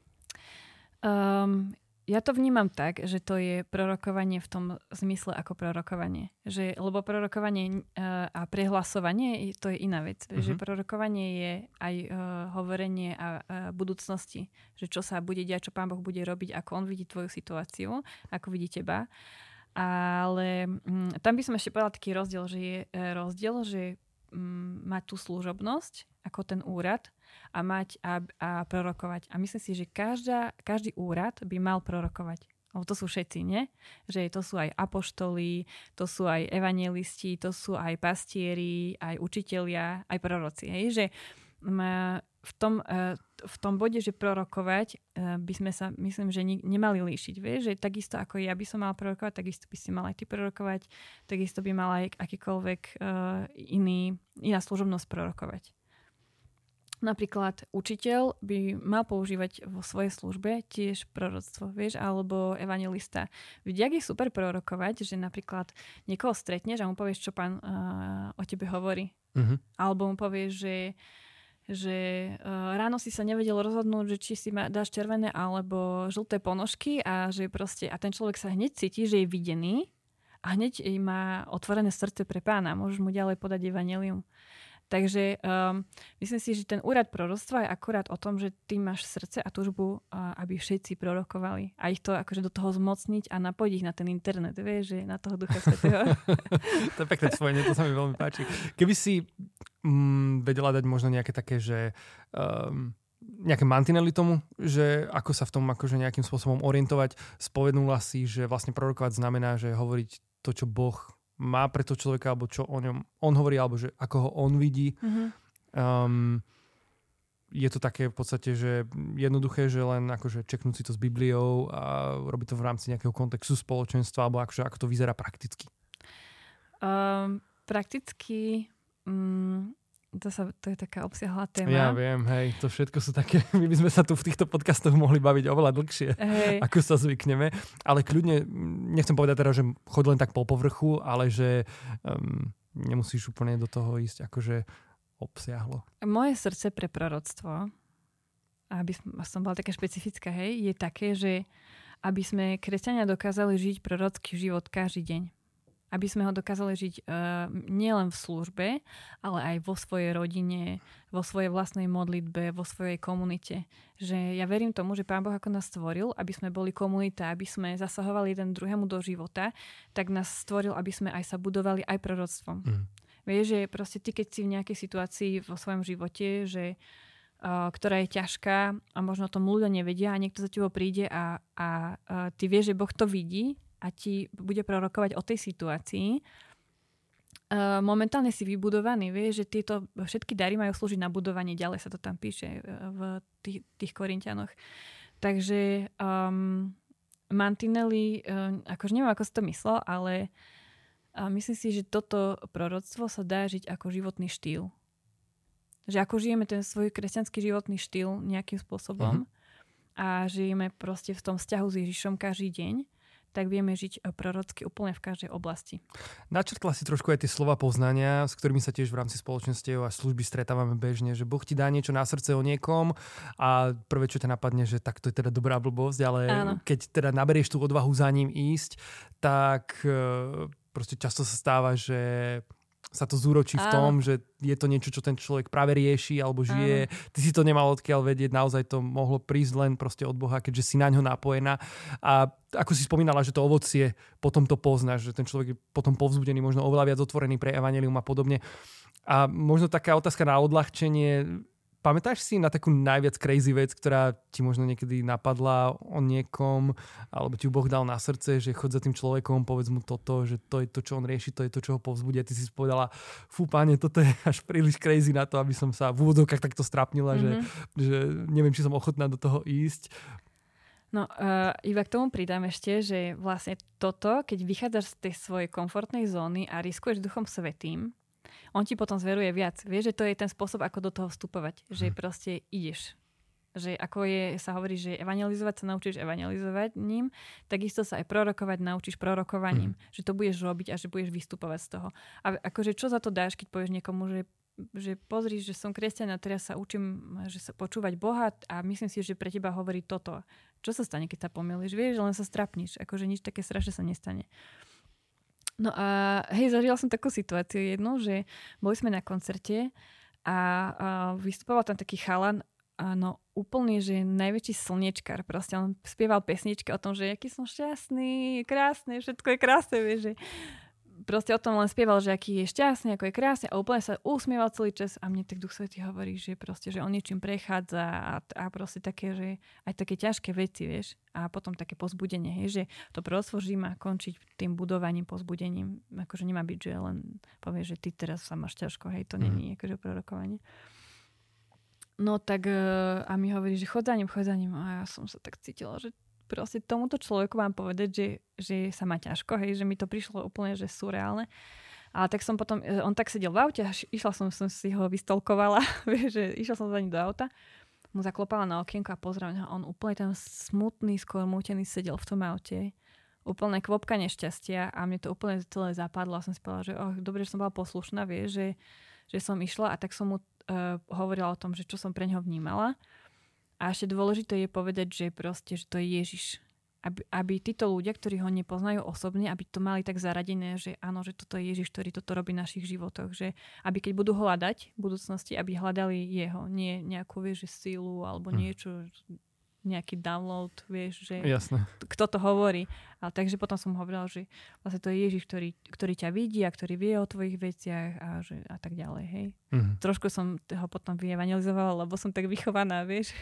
Um, Ja to vnímam tak, že to je prorokovanie v tom zmysle ako prorokovanie. Že, lebo prorokovanie uh, a prehlasovanie, to je iná vec. Uh-huh. Že prorokovanie je aj uh, hovorenie a uh, budúcnosti. Že čo sa bude diať, čo Pán Boh bude robiť, ako on vidí tvoju situáciu, ako vidí teba. Ale um, tam by som ešte povedala taký rozdiel, že je uh, rozdiel, že um, mať tú služobnosť ako ten úrad a mať a, a prorokovať. A myslím si, že každá, každý úrad by mal prorokovať. Lebo to sú všetci, nie? Že to sú aj apoštoli, to sú aj evanjelisti, to sú aj pastieri, aj učitelia, aj proroci. Hej? Že v tom, v tom bode, že prorokovať, by sme sa, myslím, že nemali líšiť. Vieš? Že takisto ako ja by som mal prorokovať, takisto by si mal aj ty prorokovať, takisto by mal aj akýkoľvek iný, iná služobnosť prorokovať. Napríklad učiteľ by mal používať vo svojej službe tiež proroctvo, vieš, alebo evanjelista. Veď jak je super prorokovať, že napríklad niekoho stretneš a mu povieš, čo Pán uh, o tebe hovorí. Uh-huh. Alebo mu povieš, že, že uh, ráno si sa nevedel rozhodnúť, že či si ma dáš červené alebo žlté ponožky a že proste, a ten človek sa hneď cíti, že je videný a hneď má otvorené srdce pre Pána. Môžeš mu ďalej podať evanjelium. Takže um, myslím si, že ten úrad proroctva je akurát o tom, že ty máš srdce a túžbu, uh, aby všetci prorokovali. A ich to akože do toho zmocniť a napojiť ich na ten internet, vieš, že na toho Ducha Svätého. To je pekné spojenie, to sa mi veľmi páči. Keby si mm, vedela dať možno nejaké také, že um, nejaké mantinely tomu, že ako sa v tom akože nejakým spôsobom orientovať, spovednula si, že vlastne prorokovať znamená, že hovoriť to, čo Boh má pre to človeka, alebo čo o ňom on hovorí, alebo že ako ho on vidí. Mm-hmm. Um, je to také v podstate, že jednoduché, že len akože čeknúť si to s Bibliou a robiť to v rámci nejakého kontextu spoločenstva, alebo akože, ako to vyzerá prakticky? Um, prakticky... Um... To, sa, to je taká obsiahla téma. Ja viem, hej, to všetko sú také, my by sme sa tu v týchto podcastoch mohli baviť oveľa dlhšie, hej. Ako sa zvykneme. Ale kľudne, nechcem povedať teda, že chod len tak po povrchu, ale že um, nemusíš úplne do toho ísť akože obsiahlo. Moje srdce pre proroctvo, aby som bola taká špecifická, hej, je také, že aby sme kresťania dokázali žiť prorocký život každý deň. Aby sme ho dokázali žiť uh, nielen v službe, ale aj vo svojej rodine, vo svojej vlastnej modlitbe, vo svojej komunite. Že ja verím tomu, že Pán Boh ako nás stvoril, aby sme boli komunita, aby sme zasahovali jeden druhému do života, tak nás stvoril, aby sme aj sa budovali aj proroctvom. Mm. Vieš, že proste ty, keď si v nejakej situácii vo svojom živote, že, uh, ktorá je ťažká a možno o tom ľudia nevedia a niekto za tebou príde a, a uh, ty vieš, že Boh to vidí, a ti bude prorokovať o tej situácii. Uh, momentálne si vybudovaný, vieš, že tieto všetky dary majú slúžiť na budovanie, ďalej sa to tam píše v tých, tých Korinťanoch. Takže um, mantinely, uh, akože neviem, ako si to myslel, ale uh, myslím si, že toto proroctvo sa dá žiť ako životný štýl. Že ako žijeme ten svoj kresťanský životný štýl nejakým spôsobom uh-huh. a žijeme proste v tom vzťahu s Ježišom každý deň, tak vieme žiť prorocky úplne v každej oblasti. Načrtla si trošku aj tie slova poznania, s ktorými sa tiež v rámci spoločenstiev a služby stretávame bežne, že Boh ti dá niečo na srdce o niekom a prvé, čo ťa napadne, že tak to je teda dobrá blbosť, ale áno. Keď teda naberieš tú odvahu za ním ísť, tak proste často sa stáva, že sa to zúročí v tom, že je to niečo, čo ten človek práve rieši alebo žije. Áno. Ty si to nemal odkiaľ vedieť, naozaj to mohlo prísť len proste od Boha, keďže si na ňo napojená. A ako si spomínala, že to ovocie potom to poznáš, že ten človek je potom povzbudený, možno oveľa viac otvorený pre evanjelium a podobne. A možno taká otázka na odľahčenie. Pamätáš si na takú najviac crazy vec, ktorá ti možno niekedy napadla o niekom, alebo ti Boh dal na srdce, že chod za tým človekom, povedz mu toto, že to je to, čo on rieši, to je to, čo ho povzbudia. Ty si povedala, fú, páne, toto je až príliš crazy na to, aby som sa v úvodzovkách takto strápnila, mm-hmm. že, že neviem, či som ochotná do toho ísť. No, uh, iba k tomu pridám ešte, že vlastne toto, keď vychádzaš z tej svojej komfortnej zóny a riskuješ Duchom Svätým, on ti potom zveruje viac. Vieš, že to je ten spôsob, ako do toho vstupovať. Že proste ideš. Že ako je, sa hovorí, že evangelizovať sa naučíš evangelizovať ním, takisto sa aj prorokovať naučíš prorokovaním. Mm. Že to budeš robiť a že budeš vystupovať z toho. A akože čo za to dáš, keď povieš niekomu, že, že pozri, že som kresťan a teraz sa učím že sa počúvať Boha a myslím si, že pre teba hovorí toto. Čo sa stane, keď sa pomýliš? Vieš, len sa strapníš. Akože nič také strašné sa nestane. No a hej, zažila som takú situáciu jednu, že boli sme na koncerte a, a vystupoval tam taký chalan, a no úplne, že najväčší slniečkar. Proste on spieval pesničky o tom, že aký som šťastný, krásny, všetko je krásne, vieš, že proste o tom len spieval, že aký je šťastný, ako je krásny a úplne sa usmieval celý čas a mne tak Duch Svätý hovorí, že proste, že on niečím prechádza a, a proste také, že aj také ťažké veci, vieš, a potom také pozbudenie, hej, že to proroctvo vždy má končiť tým budovaním, pozbudením, akože nemá byť, že len povie, že ty teraz sa máš ťažko, hej, to mm. není akože prorokovanie. No tak a mi hovorí, že chod za ním, chod za ním a ja som sa tak cítila, že proste tomuto človeku mám povedať, že, že sa má ťažko, hej, že mi to prišlo úplne, že surreálne. Ale tak som potom, on tak sedel v aute a išla som, som si ho vystolkovala, že išla som za ním do auta, mu zaklopala na okienko a pozrela ho, on úplne tam smutný, skôr mútený sedel v tom aute. Úplne kvopka nešťastia a mne to úplne celé zapadlo a som si povedala, že oh, dobre, že som bola poslušná, vieš, že, že som išla a tak som mu uh, hovorila o tom, že čo som pre ňoho vnímala. A ešte dôležité je povedať, že proste, že to je Ježiš. Aby, aby títo ľudia, ktorí ho nepoznajú osobne, aby to mali tak zaradené, že áno, že toto je Ježiš, ktorý toto robí v našich životoch. Že aby keď budú hľadať v budúcnosti, aby hľadali jeho. Nie nejakú, vieš, že sílu alebo niečo, nejaký download, vieš, že jasné. Kto to hovorí. Ale takže potom som hovorila, že vlastne to je Ježiš, ktorý, ktorý ťa vidí a ktorý vie o tvojich veciach a, že, a tak ďalej, hej. Mm-hmm. Trošku som ho potom vyevangelizovala, lebo som tak vychovaná, vieš.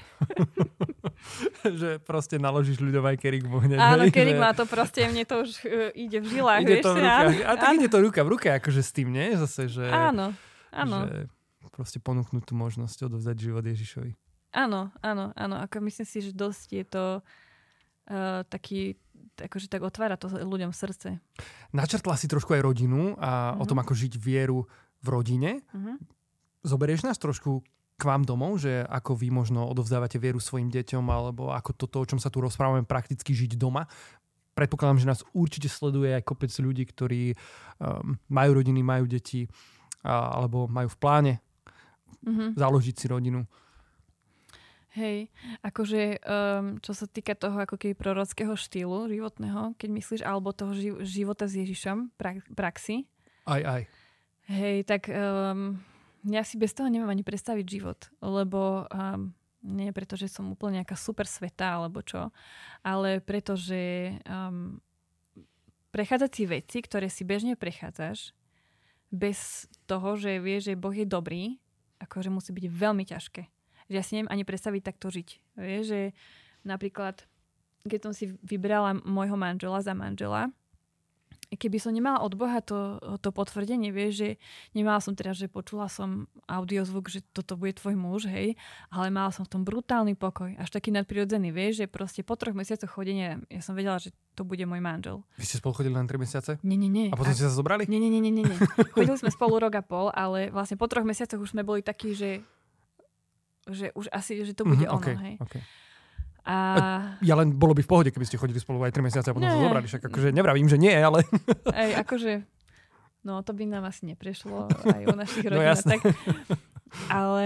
Že proste naložíš ľuďom aj kerik hneď. Áno, kerik že... má to proste, mne to už uh, ide v žilách, ide vieš. To v rukách. A tak áno. Ide to ruka v ruke, akože s tým, nie? Zase, že... Áno, áno. Že proste ponúknuť tú možnosť odovzdať život Ježišovi. Áno, áno, áno. Ako myslím si, že dosť je to uh, taký, akože tak otvára to ľuďom srdce. Načrtla si trošku aj rodinu a uh-huh. o tom, ako žiť vieru v rodine. Uh-huh. Zoberieš nás trošku k vám domov, že ako vy možno odovzdávate vieru svojim deťom, alebo ako toto, o čom sa tu rozprávame, prakticky žiť doma. Predpokladám, že nás určite sleduje aj kopec ľudí, ktorí um, majú rodiny, majú deti, a, alebo majú v pláne uh-huh. založiť si rodinu. Hej, akože um, čo sa týka toho ako keby prorockého štýlu životného, keď myslíš, alebo toho ži- života s Ježišom, pra- praxi. Aj, aj. Hej, tak um, ja si bez toho neviem ani predstaviť život, lebo um, nie preto, že som úplne nejaká super sveta, alebo čo, ale preto, že um, prechádzať si veci, ktoré si bežne prechádzaš, bez toho, že vieš, že Boh je dobrý, akože musí byť veľmi ťažké. Že ja si neviem ani predstaviť takto žiť. Vieš, že napríklad, keď som si vybrala môjho manžela za manžela, keby som nemala od Boha to, to potvrdenie, vieš, že nemala som teraz, že počula som audiozvuk, že toto bude tvoj muž, hej, ale mala som v tom brutálny pokoj, až taký nadprirodzený, vieš, že proste po troch mesiacoch chodenia ja som vedela, že to bude môj manžel. Vy ste spolu chodili len tri mesiace? Nie, nie, nie. A potom a... ste sa zobrali? Nie, nie, nie, nie, nie. Chodili sme spolu rok a pol, ale vlastne po troch mesiacoch už sme boli takí, že, že už asi, že to bude mm-hmm, ono, okay, hej. Okay. A... Ja len bolo by v pohode, keby ste chodili spolu aj tri mesiace a potom nie. sa zobrali. Však akože nevravím, že nie, ale... Ej, akože... No, to by nám asi neprešlo aj u našich rodín. No jasné. Tak. Ale...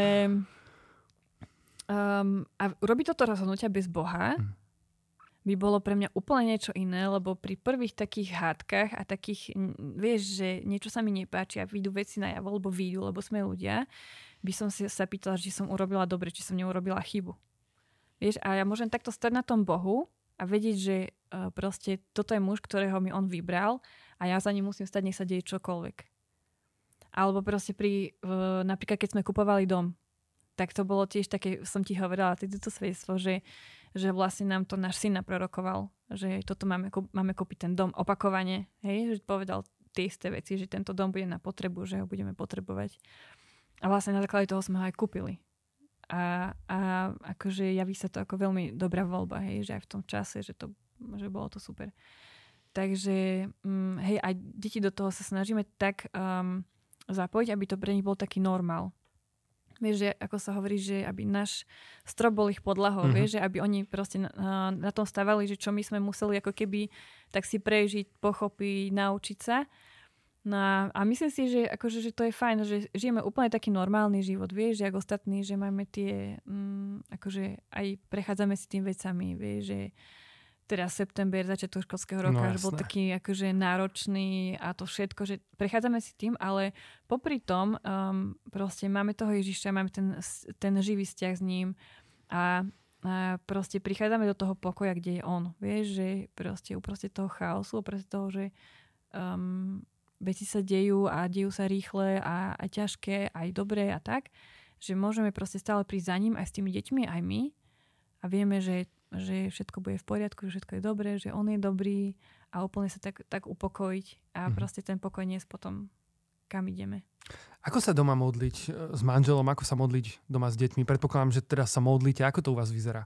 Um, a urobiť toto rozhodnutia bez Boha by bolo pre mňa úplne niečo iné, lebo pri prvých takých hádkach a takých, vieš, že niečo sa mi nepáči a výjdu veci najavo, lebo výjdu, lebo sme ľudia, by som si sa pýtala, či som urobila dobre, či som neurobila chybu. Vieš, a ja môžem takto stať na tom Bohu a vedieť, že uh, proste toto je muž, ktorého mi on vybral a ja za ním musím stať, nech sa deje čokoľvek. Alebo proste pri, uh, napríklad keď sme kupovali dom, tak to bolo tiež také, som ti hovorila, toto svedectvo, že, že vlastne nám to náš syn naprorokoval, že toto máme, máme kúpiť ten dom opakovane, hej, že povedal tie isté veci, že tento dom bude na potrebu, že ho budeme potrebovať. A vlastne na základe toho sme ho aj kúpili. A, a akože javí sa to ako veľmi dobrá voľba, hej, že aj v tom čase, že to, že bolo to super. Takže, um, hej, aj deti do toho sa snažíme tak um, zapojiť, aby to pre nich bol taký normál. Vieš, že ako sa hovorí, že aby náš strop bol ich podlahou, mm-hmm. vieš, že aby oni proste na, na tom stávali, že čo my sme museli ako keby tak si prežiť, pochopiť, naučiť sa. No a myslím si, že, akože, že to je fajn, že žijeme úplne taký normálny život, vieš, že ako ostatní, že máme tie, mm, akože aj prechádzame si tým vecami, vieš, že teraz september, začiatok školského roka, no, že bol taký akože náročný a to všetko, že prechádzame si tým, ale popri tom um, proste máme toho Ježiša, máme ten, ten živý vzťah s ním a, a proste prichádzame do toho pokoja, kde je on, vieš, že proste uprostred toho chaosu, uprostred toho, že um, veci sa dejú a dejú sa rýchle a, a ťažké, aj dobré a tak, že môžeme proste stále prísť za ním aj s tými deťmi, aj my a vieme, že, že všetko bude v poriadku, že všetko je dobré, že on je dobrý a úplne sa tak, tak upokojiť a mm. proste ten pokoj niesť potom, kam ideme. Ako sa doma modliť s manželom, ako sa modliť doma s deťmi? Predpokladám, že teraz sa modlíte. Ako to u vás vyzerá?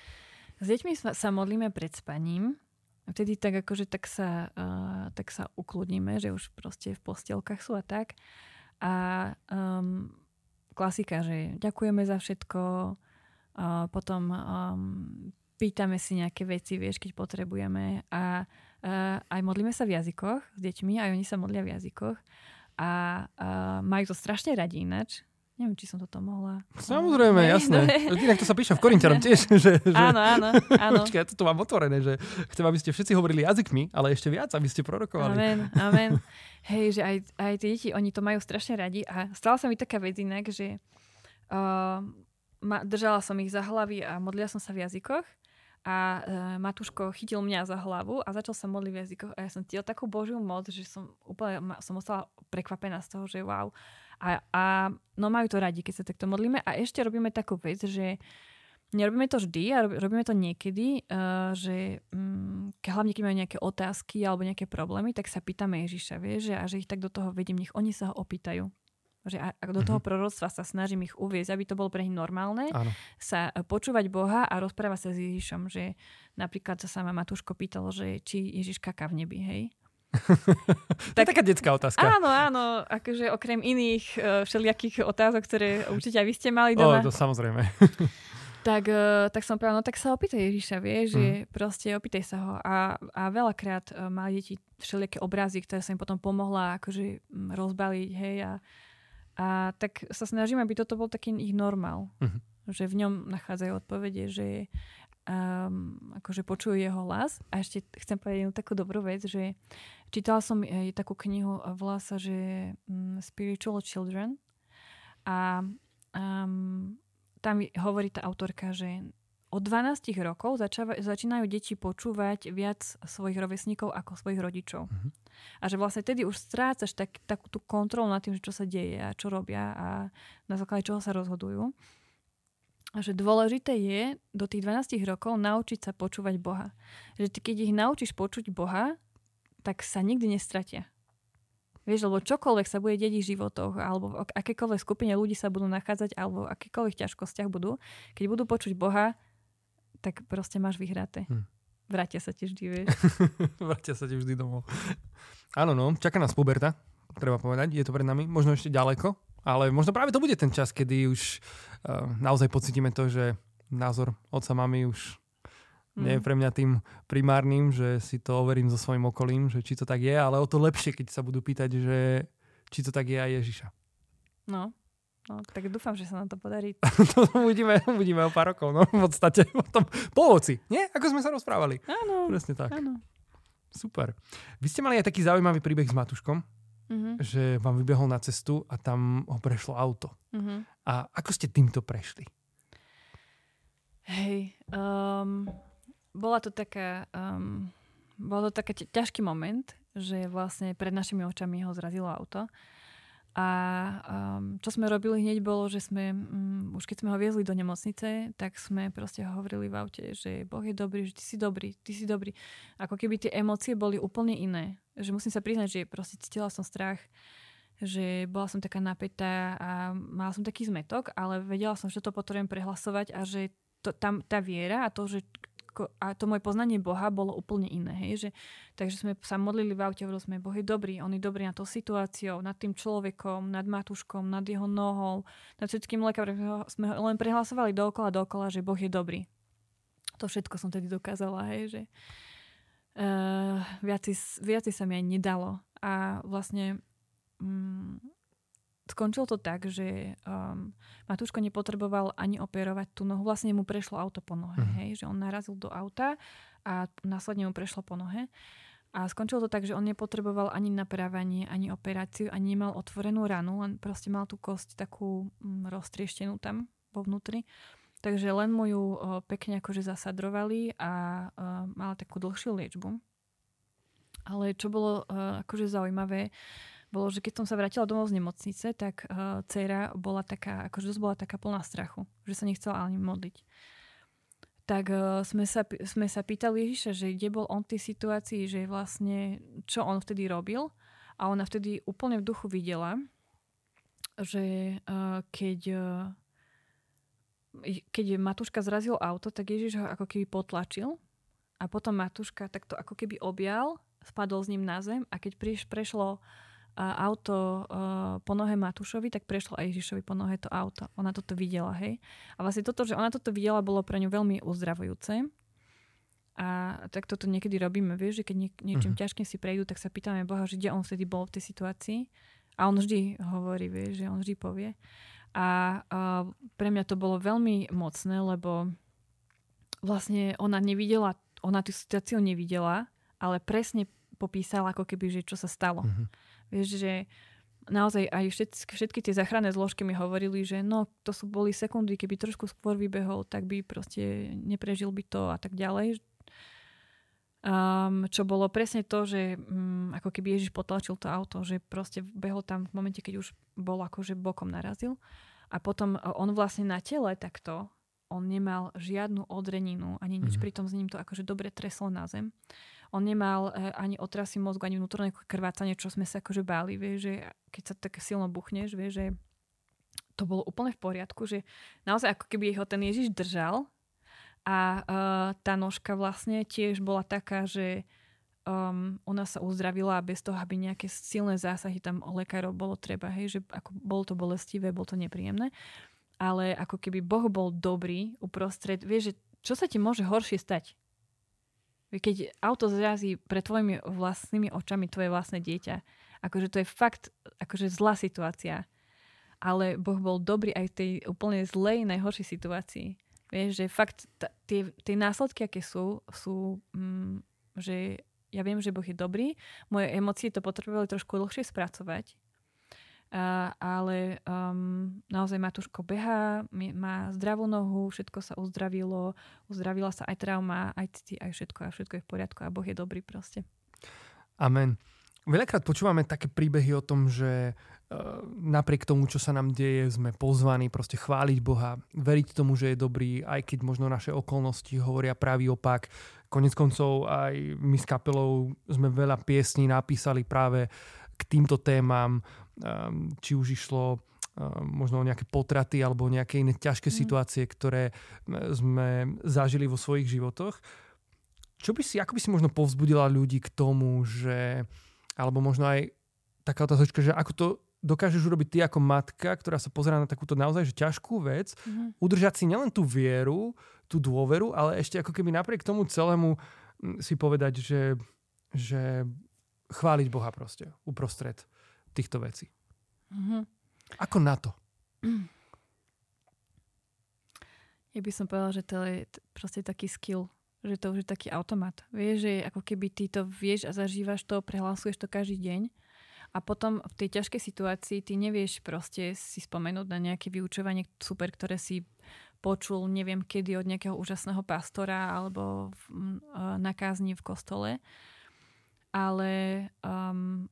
S deťmi sa modlíme pred spaním. Vtedy tak akože tak sa, uh, tak sa ukludníme, že už proste v postielkach sú a tak. A um, klasika, že ďakujeme za všetko, uh, potom um, pýtame si nejaké veci, vieš, keď potrebujeme. A uh, aj modlíme sa v jazykoch s deťmi, aj oni sa modlia v jazykoch. A uh, majú to strašne radi ináč. Neviem, či som toto mohla... Samozrejme, ne, jasné. Ne. Inak to sa píše v Korinťanom tiež. Že, že... Áno, áno, áno. Počkaj, ja to tu mám otvorené, že chcem, aby ste všetci hovorili jazykmi, ale ešte viac, aby ste prorokovali. Amen, amen. Hej, že aj, aj tie deti, oni to majú strašne radi a stala sa mi taká vec inak, že uh, ma, držala som ich za hlavy a modlila som sa v jazykoch a uh, Matúško chytil mňa za hlavu a začal sa modliť v jazykoch a ja som cítila takú Božiu moc, že som úplne som ostala prekvapená z toho, že wow. A, a no majú to radi, keď sa takto modlíme. A ešte robíme takú vec, že nerobíme to vždy, a robíme to niekedy, uh, že um, hlavne keď majú nejaké otázky alebo nejaké problémy, tak sa pýtame Ježiša, vieš, že, a že ich tak do toho vedím, nech oni sa ho opýtajú. Že a, a do toho proroctva sa snažím ich uviesť, aby to bolo pre nich normálne, áno. Sa počúvať Boha a rozprávať sa s Ježišom, že napríklad sa ma Matúško pýtalo, že či Ježiš kaká v nebi, hej? Tak, to je taká detská otázka. Áno, áno, akože okrem iných uh, všelijakých otázok, ktoré určite aj vy ste mali doma. O, to samozrejme. tak, uh, tak som povedala, no tak sa opýtaj Ježiša, vieš, mm. že proste opýtaj sa ho. A, a veľakrát uh, mali deti všelijaké obrazy, ktoré som im potom pomohla akože rozbaliť, hej, a, a tak sa snažím, aby toto bol taký ich normál. Mm. že v ňom nachádzajú odpovede, že um, akože počujú jeho hlas. A ešte chcem povedať jednu takú dobrú vec, že čítala som aj takú knihu, volá sa, že um, Spiritual Children. A um, tam hovorí tá autorka, že od dvanásť rokov začáva, začínajú deti počúvať viac svojich rovesníkov ako svojich rodičov. Mm-hmm. A že vlastne tedy už strácaš tak, takú tú kontrolu nad tým, čo sa deje a čo robia a na základe čoho sa rozhodujú. A že dôležité je do tých dvanásť rokov naučiť sa počúvať Boha. Že ty, keď ich naučíš počuť Boha, tak sa nikdy nestratia. Vieš, lebo čokoľvek sa bude dediť v životoch, alebo v akékoľvek skupine ľudí sa budú nachádzať, alebo v akékoľvek ťažkostiach budú, keď budú počuť Boha, tak proste máš vyhraté. Hm. Vrátia sa ti vždy, vieš. Vrátia sa ti vždy domov. Áno, no, čaká nás puberta, treba povedať, je to pred nami, možno ešte ďaleko, ale možno práve to bude ten čas, kedy už uh, naozaj pocítime to, že názor otca, mami už hm. nie je pre mňa tým primárnym, že si to overím so svojím okolím, že či to tak je, ale o to lepšie, keď sa budú pýtať, že či to tak je aj Ježiša. No. No, tak dúfam, že sa nám to podarí. To uvidíme, uvidíme o pár rokov, no v podstate o tom po ovoci, nie? Ako sme sa rozprávali. Áno. Presne tak. Áno. Super. Vy ste mali aj taký zaujímavý príbeh s Matúškom, uh-huh. že vám vybehol na cestu a tam ho prešlo auto. Uh-huh. A ako ste týmto prešli? Hej, um, bola to taká, um, bol to taký ťažký moment, že vlastne pred našimi očami ho zrazilo auto. A um, čo sme robili hneď bolo, že sme, um, už keď sme ho viezli do nemocnice, tak sme proste hovorili v aute, že Boh je dobrý, že ty si dobrý, ty si dobrý. Ako keby tie emócie boli úplne iné. Že musím sa priznať, že proste cítila som strach, že bola som taká napätá a mala som taký zmetok, ale vedela som, že to potrebujem prehlasovať a že to, tam tá viera a to, že a to moje poznanie Boha bolo úplne iné. Hej? Že, takže sme sa modlili v aute, hovorili sme, Boh je dobrý, on je dobrý nad tou situáciou, nad tým človekom, nad Matúškom, nad jeho nohou, nad všetkým lekárom. Sme len prehlasovali dookola, dookola, že Boh je dobrý. To všetko som tedy dokázala. Hej? Že, uh, viaci, viaci sa mi aj nedalo. A vlastne um, skončilo to tak, že um, Matúško nepotreboval ani operovať tú nohu. Vlastne mu prešlo auto po nohe. Mm. Hej? Že on narazil do auta a následne mu prešlo po nohe. A skončilo to tak, že on nepotreboval ani naprávanie, ani operáciu, ani nemal otvorenú ranu, len proste mal tú kosť takú mm, roztrieštenú tam vo vnútri. Takže len mu ju o, pekne akože zasadrovali a o, mala takú dlhšiu liečbu. Ale čo bolo o, akože zaujímavé, bolo, že keď som sa vrátila domov z nemocnice, tak uh, dcéra bola taká, akože dosť bola taká plná strachu, že sa nechcela ani modliť. Tak uh, sme, sa, sme sa pýtali Ježiša, že kde bol on v tej situácii, že vlastne, čo on vtedy robil. A ona vtedy úplne v duchu videla, že uh, keď, uh, keď Matúška zrazil auto, tak Ježiš ho ako keby potlačil a potom Matúška takto ako keby objal, spadol s ním na zem a keď priš, prešlo a auto uh, po nohe Matúšovi, tak prešlo aj Ježišovi po nohe to auto. Ona toto videla, hej. A vlastne toto, že ona toto videla, bolo pre ňu veľmi uzdravujúce. A tak toto niekedy robíme, vieš, že keď nie, niečím uh-huh. ťažkým si prejdú, tak sa pýtame Boha, že kde on vtedy bol v tej situácii. A on vždy hovorí, vieš, že on vždy povie. A uh, pre mňa to bolo veľmi mocné, lebo vlastne ona nevidela, ona tú situáciu nevidela, ale presne popísala ako keby, že čo sa stalo. Uh-huh. Vieš, že naozaj aj všetky, všetky tie záchranné zložky mi hovorili, že no, to sú boli sekundy, keby trošku skôr vybehol, tak by proste neprežil by to a tak ďalej. Um, čo bolo presne to, že um, ako keby Ježiš potlačil to auto, že proste behol tam v momente, keď už bol akože bokom narazil. A potom on vlastne na tele takto, on nemal žiadnu odreninu, ani nič, mm-hmm. pritom s ním to akože dobre treslo na zem. On nemal eh, ani otrasy mozgu, ani vnútorné krvácanie, čo sme sa akože báli, vieš, že keď sa tak silno buchneš, vieš, že to bolo úplne v poriadku, že naozaj ako keby ho ten Ježiš držal a uh, tá nožka vlastne tiež bola taká, že um, ona sa uzdravila bez toho, aby nejaké silné zásahy tam lekárov bolo treba, hej, že ako bolo to bolestivé, bolo to nepríjemné, ale ako keby Boh bol dobrý uprostred, vieš, že čo sa ti môže horšie stať? Keď auto zrazí pred tvojimi vlastnými očami tvoje vlastné dieťa. Akože to je fakt akože zlá situácia. ale Boh bol dobrý aj v tej úplne zlej, najhoršej situácii. Vieš, že fakt t- tie, tie následky, aké sú, sú, mm, že ja viem, že Boh je dobrý, moje emócie to potrebovali trošku dlhšie spracovať, uh, ale um, naozaj Matúško behá, má zdravú nohu, všetko sa uzdravilo, uzdravila sa aj trauma, aj city, aj všetko, a všetko je v poriadku a Boh je dobrý proste. Amen. Veľakrát počúvame také príbehy o tom, že napriek tomu, čo sa nám deje, sme pozvaní proste chváliť Boha, veriť tomu, že je dobrý, aj keď možno naše okolnosti hovoria pravý opak. Konec koncov aj my s kapelou sme veľa piesní napísali práve k týmto témam, či už išlo možno o nejaké potraty alebo nejaké iné ťažké mm. situácie, ktoré sme zažili vo svojich životoch. Čo by si, ako by si možno povzbudila ľudí k tomu, že, alebo možno aj taká otázočka, že ako to dokážeš urobiť ty ako matka, ktorá sa pozerá na takúto naozaj že ťažkú vec, mm-hmm. udržať si nielen tú vieru, tú dôveru, ale ešte ako keby napriek tomu celému si povedať, že, že chváliť Boha proste uprostred týchto vecí. Mm-hmm. Ako na to? Ja by som povedala, že to je proste taký skill, že to už je taký automat. Vieš, že ako keby ty to vieš a zažívaš to, prehlasuješ to každý deň. A potom v tej ťažkej situácii ty nevieš proste si spomenúť na nejaké vyučovanie super, ktoré si počul neviem kedy od nejakého úžasného pastora alebo v, na kázni v kostole. Ale um,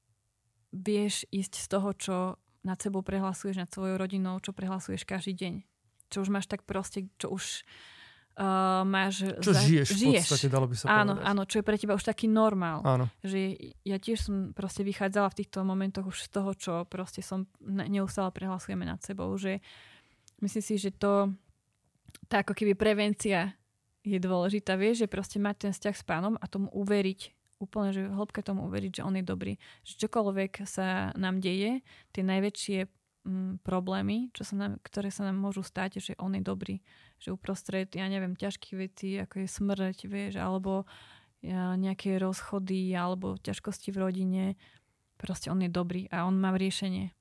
vieš ísť z toho, čo nad sebou prehlasuješ, nad svojou rodinou, čo prehlasuješ každý deň. Čo už máš tak proste, čo už Uh, máš... Čo za... žiješ v podstate, dalo by sa áno, povedať. Áno, čo je pre teba už taký normál. Áno. Že ja tiež som proste vychádzala v týchto momentoch už z toho, čo proste som neustále prehlasujeme nad sebou. Že myslím si, že to tá ako keby prevencia je dôležitá. Vieš, že proste mať ten vzťah s Pánom a tomu uveriť, úplne, že v hĺbke tomu uveriť, že on je dobrý. Že čokoľvek sa nám deje, tie najväčšie problémy, čo sa nám, ktoré sa nám môžu stať, že on je dobrý. Že uprostred, ja neviem, ťažkých vecí, ako je smrť, vieš, alebo ja, nejaké rozchody, alebo ťažkosti v rodine. Proste on je dobrý a on má riešenie.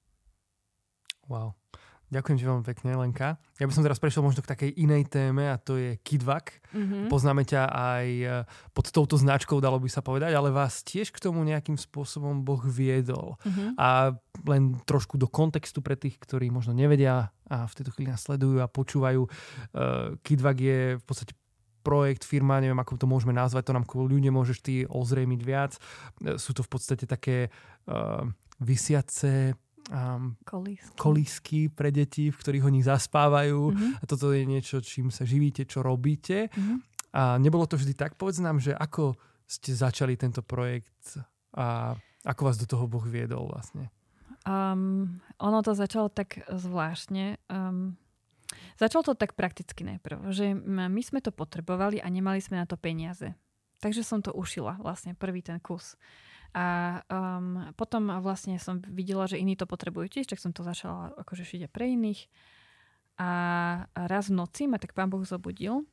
Wow. Ďakujem ti veľmi pekne, Lenka. Ja by som teraz prešiel možno k takej inej téme a to je Kidvak. Mm-hmm. Poznáme ťa aj pod touto značkou, dalo by sa povedať, ale vás tiež k tomu nejakým spôsobom Boh viedol. Mm-hmm. A len trošku do kontextu pre tých, ktorí možno nevedia a v tejto chvíli nás sledujú a počúvajú. Kidvak je v podstate projekt, firma, neviem, ako to môžeme nazvať, to nám kvôli ľudia môžeš ty ozrejmiť viac. Sú to v podstate také uh, visiace Um, kolísky. kolísky pre deti, v ktorých oni zaspávajú. Mm-hmm. A toto je niečo, čím sa živíte, čo robíte. Mm-hmm. A nebolo to vždy tak? Povedz nám, že ako ste začali tento projekt a ako vás do toho Boh viedol vlastne? Um, ono to začalo tak zvláštne. Um, začalo to tak prakticky najprv, že my sme to potrebovali a nemali sme na to peniaze. Takže som to ušila vlastne prvý ten kus. A um, potom vlastne som videla, že iní to potrebujú tiež, tak som to začala akože šiť pre iných. A raz v noci ma tak Pán Boh zobudil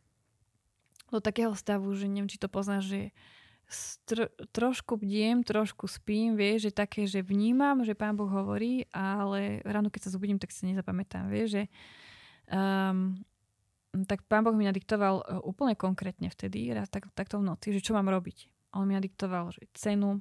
do takého stavu, že neviem, či to poznáš, že str- trošku bdiem, trošku spím, vieš, že také, že vnímam, že Pán Boh hovorí, ale ráno, keď sa zobudím, tak si nezapamätám, vieš, že um, tak Pán Boh mi nadiktoval úplne konkrétne vtedy, raz tak, takto v noci, že čo mám robiť. On mi nadiktoval, že cenu,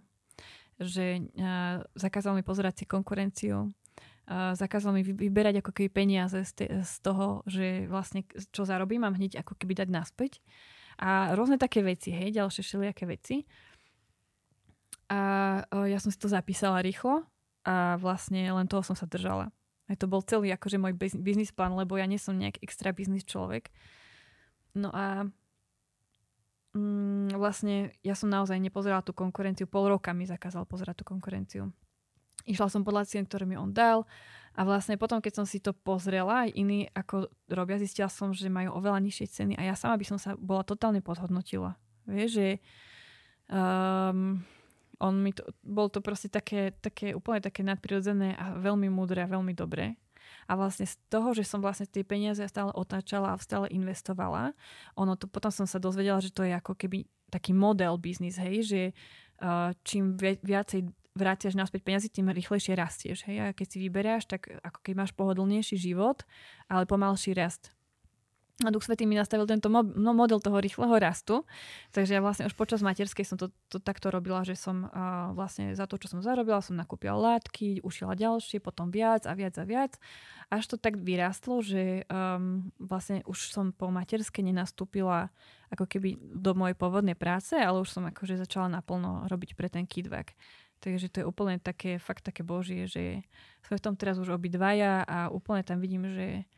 že uh, zakázal mi pozerať si konkurenciu, uh, zakázal mi vyberať ako keby peniaze z, te, z toho, že vlastne čo zarobím, mám hneď ako keby dať naspäť. A rôzne také veci, hej, ďalšie všelijaké veci. A uh, ja som si to zapísala rýchlo a vlastne len toho som sa držala. A to bol celý akože môj biznis plán, lebo ja nie som nejak extra biznis človek. No a Mm, vlastne ja som naozaj nepozerala tú konkurenciu. Pol roka mi zakázal pozerať tú konkurenciu. Išla som podľa cien, ktoré mi on dal a vlastne potom, keď som si to pozrela, aj iní ako robia, zistila som, že majú oveľa nižšie ceny a ja sama by som sa bola totálne podhodnotila. Vieš, že um, on mi to, bol to proste také, také úplne také nadprirodzené a veľmi múdre a veľmi dobré. A vlastne z toho, že som vlastne tie peniaze stále otáčala a stále investovala, ono to, potom som sa dozvedela, že to je ako keby taký model biznis, hej, že uh, čím vi- viacej vráciaš naspäť peniazy, tým rýchlejšie rastieš. Hej? A keď si vyberáš, tak ako keď máš pohodlnejší život, ale pomalší rast. A Duch Svätý mi nastavil tento mo- no, model toho rýchleho rastu. Takže ja vlastne už počas materskej som to, to takto robila, že som uh, vlastne za to, čo som zarobila, som nakúpila látky, ušila ďalšie, potom viac a viac a viac. Až to tak vyrástlo, že um, vlastne už som po materskej nenastúpila ako keby do mojej pôvodnej práce, ale už som akože začala naplno robiť pre ten kidvak. Takže to je úplne také, fakt také božie, že sme v tom teraz už obidvaja a úplne tam vidím, že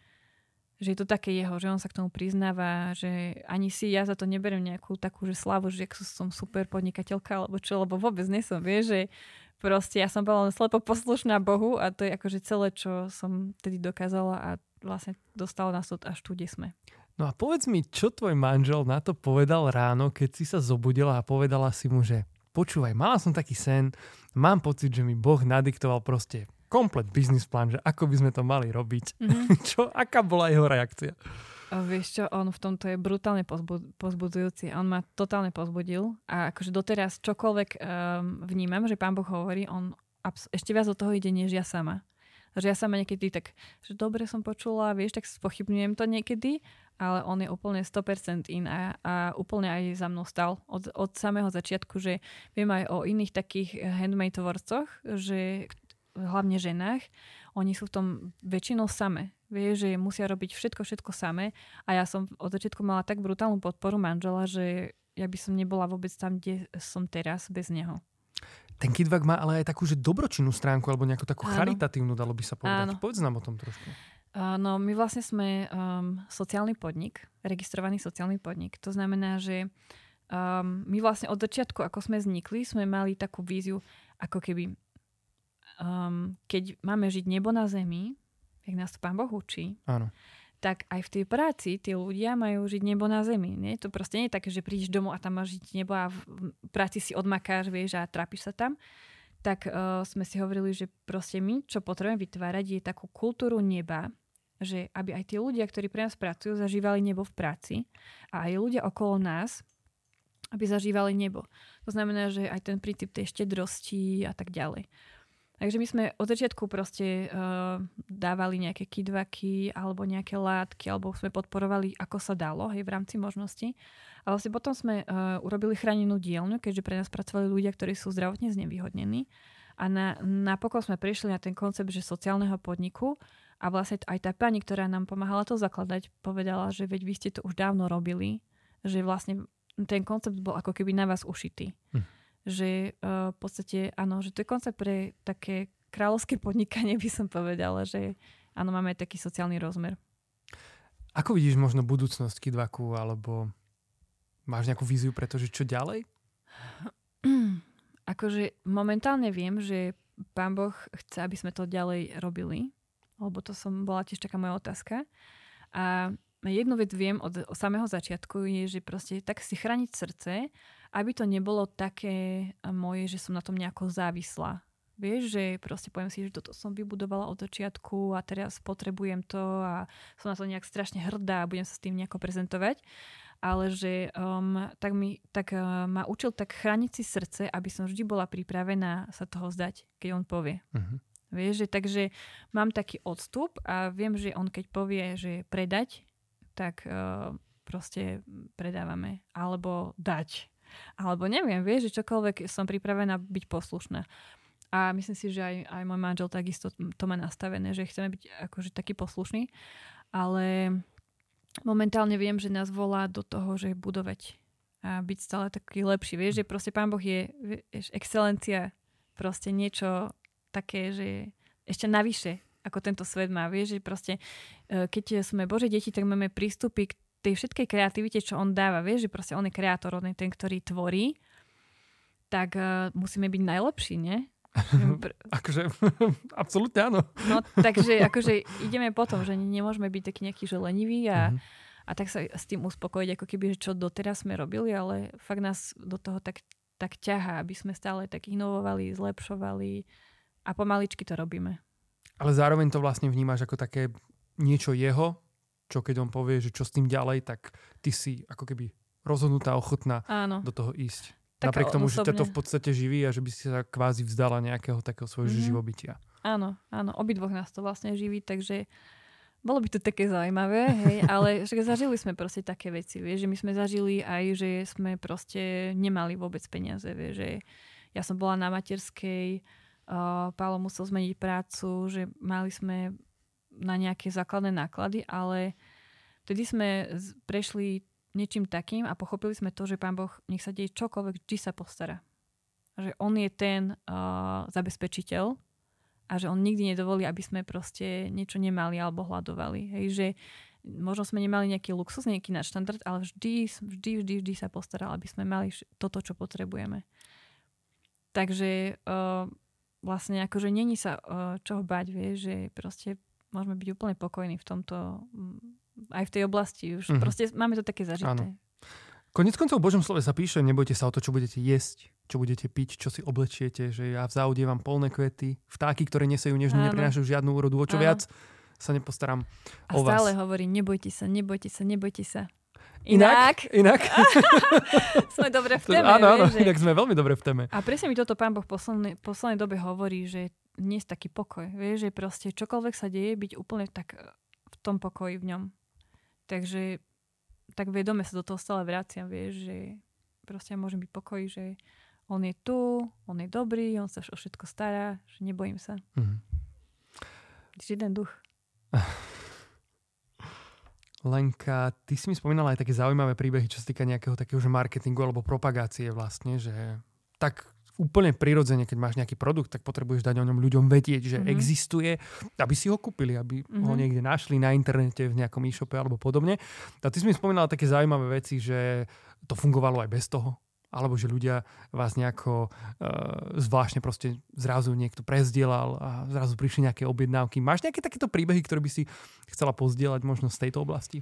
že je to také jeho, že on sa k tomu priznáva, že ani si ja za to neberiem nejakú takú, že slavu, že som super podnikateľka, alebo čo, lebo vôbec nie som, vieš, že proste ja som bola len slepo poslušná Bohu a to je akože celé, čo som tedy dokázala a vlastne dostalo nás to až tu, kde sme. No a povedz mi, čo tvoj manžel na to povedal ráno, keď si sa zobudila a povedala si mu, že počúvaj, mala som taký sen, mám pocit, že mi Boh nadiktoval proste komplet business plán, že ako by sme to mali robiť. Mm-hmm. Čo, aká bola jeho reakcia? O, vieš čo, on v tomto je brutálne pozbud- pozbudzujúci. On ma totálne pozbudil a akože doteraz čokoľvek um, vnímam, že Pán Boh hovorí, on abs- ešte viac do toho ide, než ja sama. Že ja sama niekedy tak, že dobre som počula, vieš, tak spochybňujem to niekedy, ale on je úplne sto percent in a, a úplne aj za mnou stal od, od samého začiatku, že viem aj o iných takých handmade tvorcoch, že hlavne ženách, oni sú v tom väčšinou same. Vieš, že musia robiť všetko, všetko same a ja som od začiatku mala tak brutálnu podporu manžela, že ja by som nebola vôbec tam, kde som teraz bez neho. Ten kidvak má ale aj takú, že dobročinnú stránku alebo nejakú takú Áno. charitatívnu, dalo by sa povedať. Áno. Povedz nám o tom trošku. Uh, no, my vlastne sme um, sociálny podnik, registrovaný sociálny podnik. To znamená, že um, my vlastne od začiatku, ako sme vznikli, sme mali takú víziu, ako keby Um, keď máme žiť nebo na zemi, jak nás to Pán Boh učí, áno, tak aj v tej práci tí ľudia majú žiť nebo na zemi. Nie? To proste nie je také, že prídeš domov a tam máš žiť nebo a v práci si odmakáš, vieš, a trápiš sa tam. Tak uh, sme si hovorili, že proste my, čo potrebujeme vytvárať, je takú kultúru neba, že aby aj tí ľudia, ktorí pre nás pracujú, zažívali nebo v práci a aj ľudia okolo nás, aby zažívali nebo. To znamená, že aj ten princíp tej štedrosti a tak ďalej. Takže my sme od začiatku proste uh, dávali nejaké kidvaky alebo nejaké látky, alebo sme podporovali, ako sa dalo, hej, v rámci možností. A vlastne potom sme uh, urobili chránenú dielňu, keďže pre nás pracovali ľudia, ktorí sú zdravotne znevýhodnení. A na, napokon sme prišli na ten koncept, že sociálneho podniku a vlastne aj tá pani, ktorá nám pomáhala to zakladať, povedala, že veď vy ste to už dávno robili, že vlastne ten koncept bol ako keby na vás ušitý. Hm. Že uh, v podstate, áno, že to je koncept pre také kráľovské podnikanie, by som povedala, že áno, máme aj taký sociálny rozmer. Ako vidíš možno budúcnosť kidvaku, alebo máš nejakú víziu pre to, že čo ďalej? Akože momentálne viem, že Pán Boh chce, aby sme to ďalej robili, lebo to som bola tiež taká moja otázka. A jednu vec viem od, od samého začiatku je, že proste tak si chrániť srdce, aby to nebolo také moje, že som na tom nejako závislá. Vieš, že proste poviem si, že toto som vybudovala od začiatku a teraz potrebujem to a som na to nejak strašne hrdá a budem sa s tým nejako prezentovať. Ale že um, tak, mi, tak uh, ma učil tak chrániť si srdce, aby som vždy bola pripravená sa toho zdať, keď on povie. Uh-huh. Vieš, že takže mám taký odstup a viem, že on keď povie, že predať, tak uh, proste predávame. Alebo dať. Alebo neviem, vieš, že čokoľvek som pripravená byť poslušná. A myslím si, že aj, aj môj manžel takisto to má nastavené, že chceme byť akože taký poslušný. Ale momentálne viem, že nás volá do toho, že budovať a byť stále taký lepší. Vieš, že proste Pán Boh je vieš, excelencia, proste niečo také, že ešte navyše, ako tento svet má. Vieš, že proste keď sme Božie deti, tak máme prístupy k tej všetkej kreativite, čo on dáva. Vieš, že proste on je kreator, on je ten, ktorý tvorí. Tak uh, musíme byť najlepší, nie? akože, absolútne áno. No, takže akože ideme potom, že nemôžeme byť taký nejaký že lenivý a, uh-huh. a tak sa s tým uspokojiť, ako keby, že čo doteraz sme robili, ale fakt nás do toho tak, tak ťahá, aby sme stále tak inovovali, zlepšovali a pomaličky to robíme. Ale zároveň to vlastne vnímaš ako také niečo jeho, čo keď on povie, že čo s tým ďalej, tak ty si ako keby rozhodnutá, ochotná Áno. do toho ísť. Napriek tomu, osobne. Že ťa to v podstate živí a že by si sa kvázi vzdala nejakého takého svojho mm-hmm. živobytia. Áno, áno. Obidvoch nás to vlastne živí, takže bolo by to také zaujímavé, hej, ale že zažili sme proste také veci, vieš, že my sme zažili aj, že sme proste nemali vôbec peniaze, vieš, že ja som bola na materskej, uh, Pálo musel zmeniť prácu, že mali sme na nejaké základné náklady, ale vtedy sme prešli niečím takým a pochopili sme to, že Pán Boh, nech sa deje čokoľvek, vždy sa postará. Že on je ten uh, zabezpečiteľ a že on nikdy nedovolí, aby sme proste niečo nemali alebo hľadovali. Hej, že možno sme nemali nejaký luxus, nejaký nadštandard, ale vždy, vždy, vždy, vždy sa postaral, aby sme mali toto, čo potrebujeme. Takže uh, vlastne akože není sa uh, čoho bať, vieš, že proste môžeme byť úplne pokojní v tomto, aj v tej oblasti. Už mm-hmm. proste máme to také zažité. Áno. Konec koncov v Božom slove sa píše, nebojte sa o to, čo budete jesť, čo budete piť, čo si oblečiete, že ja v záhode mám polné kvety, vtáky, ktoré nesejú, nežne neprinášajú žiadnu úrodu, o čo Áno. viac sa nepostaram a o vás. A stále hovorí, nebojte sa, nebojte sa, nebojte sa. Inak? Inak? Sme dobre v téme. Áno, áno, že... inak sme veľmi dobre v téme. A presne mi toto Pán Boh v poslednej, poslednej dobe hovorí, že dnes taký pokoj. Vieš, že proste čokoľvek sa deje, byť úplne tak v tom pokoji v ňom. Takže tak vedome sa do toho stále vraciam, vieš, že proste ja môžem byť pokoj, že on je tu, on je dobrý, on sa o všetko stará, že nebojím sa. Mm-hmm. Žiaden duch. Lenka, ty si mi spomínala aj také zaujímavé príbehy, čo sa týka nejakého takého že marketingu alebo propagácie vlastne, že tak úplne prirodzene, keď máš nejaký produkt, tak potrebuješ dať o ňom ľuďom vedieť, že mm-hmm. existuje, aby si ho kúpili, aby mm-hmm. ho niekde našli na internete, v nejakom e-shope alebo podobne. A ty si mi spomínala také zaujímavé veci, že to fungovalo aj bez toho, alebo že ľudia vás nejako uh, zvláštne proste zrazu niekto prezdielal a zrazu prišli nejaké objednávky. Máš nejaké takéto príbehy, ktoré by si chcela pozdieľať možno z tejto oblasti?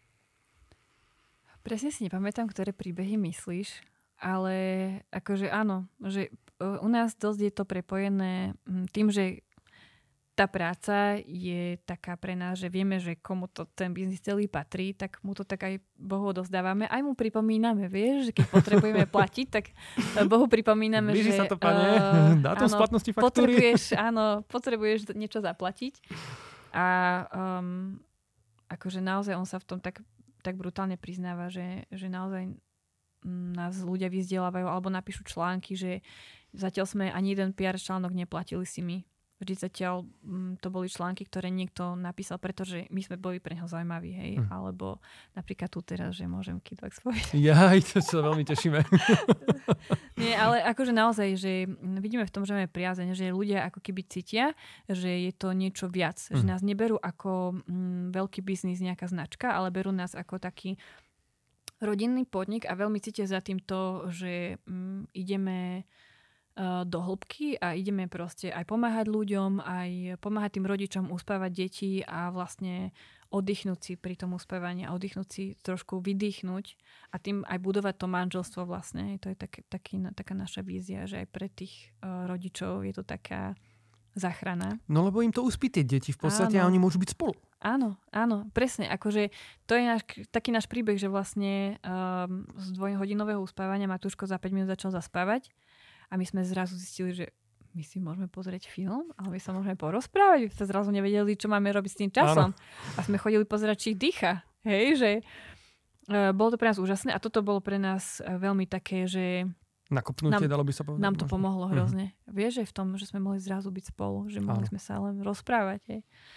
Presne si nepamätám, ktoré príbehy myslíš, ale akože áno, že u nás dosť je to prepojené tým, že tá práca je taká pre nás, že vieme, že komu to ten biznis celý patrí, tak mu to tak aj Bohu dozdávame. Aj mu pripomíname, vieš, že keď potrebujeme platiť, tak Bohu pripomíname, Blíži že... sa to, pane. Uh, Dátum splatnosti faktúry. Potrebuješ, áno, potrebuješ niečo zaplatiť. A um, akože naozaj on sa v tom tak, tak brutálne priznáva, že, že naozaj nás ľudia vyzdelávajú alebo napíšu články, že zatiaľ sme ani jeden pé er článok neplatili si my. Vždy zatiaľ m, to boli články, ktoré niekto napísal, pretože my sme boli pre neho zaujímaví, hej. Mm. Alebo napríklad tu teraz, že môžem Kidvax povedať. Ja, to sa veľmi tešíme. Nie, ale akože naozaj, že vidíme v tom, že máme priazeň, že ľudia ako keby cítia, že je to niečo viac. Mm. Že nás neberú ako m, veľký biznis, nejaká značka, ale berú nás ako taký rodinný podnik a veľmi cítia za tým to, že m, ideme do hĺbky a ideme proste aj pomáhať ľuďom, aj pomáhať tým rodičom uspávať deti a vlastne oddychnúť si pri tom uspávaní a oddychnúť si trošku vydýchnuť a tým aj budovať to manželstvo vlastne. To je tak, taký, taká naša vízia, že aj pre tých uh, rodičov je to taká záchrana. No lebo im to uspí tie deti v podstate áno. A oni môžu byť spolu. Áno, áno, presne. Akože to je náš, taký náš príbeh, že vlastne um, z dvojhodinového uspávania Matúško za päť minút začal zaspávať. A my sme zrazu zistili, že my si môžeme pozrieť film, ale my sa môžeme porozprávať. My sa zrazu nevedeli, čo máme robiť s tým časom. Áno. A sme chodili pozerať, či dýcha. Hej, že uh, bolo to pre nás úžasné a toto bolo pre nás uh, veľmi také, že nakopnutie, dalo by sa povedať. Nám to možno pomohlo hrozne. Mm-hmm. Vieš, že v tom, že sme mohli zrazu byť spolu, že mohli Áno. sme sa len rozprávať. Hej.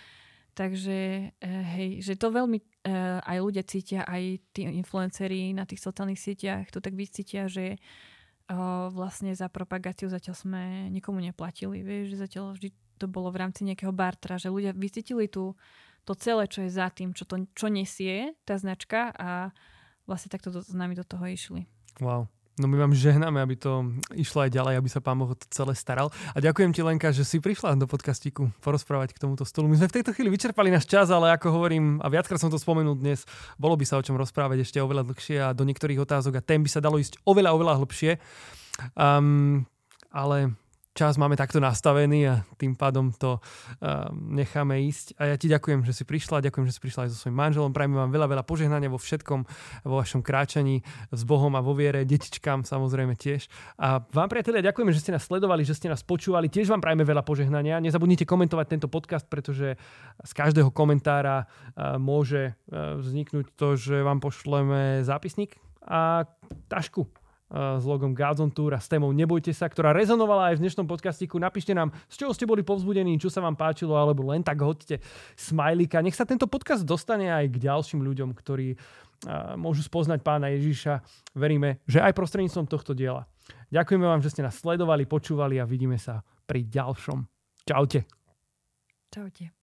Takže uh, hej, že to veľmi uh, aj ľudia cítia, aj tí influenceri na tých sociálnych sieťach to tak vycítia, že O, vlastne za propagáciu zatiaľ sme nikomu neplatili. Vieš, že zatiaľ vždy to bolo v rámci nejakého bartra, že ľudia vycítili tu to celé, čo je za tým, čo, to, čo nesie tá značka a vlastne takto do, s nami do toho išli. Wow. No my vám žehnáme, aby to išlo aj ďalej, aby sa Pán Boh to celé staral. A ďakujem ti, Lenka, že si prišla do podcastíku porozprávať k tomuto stolu. My sme v tejto chvíli vyčerpali náš čas, ale ako hovorím, a viackrát som to spomenul dnes, bolo by sa o čom rozprávať ešte oveľa dlhšie a do niektorých otázok a tém by sa dalo ísť oveľa, oveľa hlbšie. Um, ale čas máme takto nastavený a tým pádom to uh, necháme ísť. A ja ti ďakujem, že si prišla, ďakujem, že si prišla aj so svojím manželom. Prajem vám veľa, veľa požehnania vo všetkom, vo vašom kráčaní s Bohom a vo viere, detičkám samozrejme tiež. A vám, priatelia, ďakujeme, že ste nás sledovali, že ste nás počúvali. Tiež vám prajeme veľa požehnania. Nezabudnite komentovať tento podcast, pretože z každého komentára uh, môže uh, vzniknúť to, že vám pošleme zápisník a tašku s logom God's on Tour a s témou Nebojte sa, ktorá rezonovala aj v dnešnom podcastiku. Napíšte nám, z čoho ste boli povzbudení, čo sa vám páčilo, alebo len tak hoďte smajlíka. Nech sa tento podcast dostane aj k ďalším ľuďom, ktorí uh, môžu spoznať Pána Ježiša. Veríme, že aj prostredníctvom tohto diela. Ďakujeme vám, že ste nás sledovali, počúvali a vidíme sa pri ďalšom. Čaute. Čaute.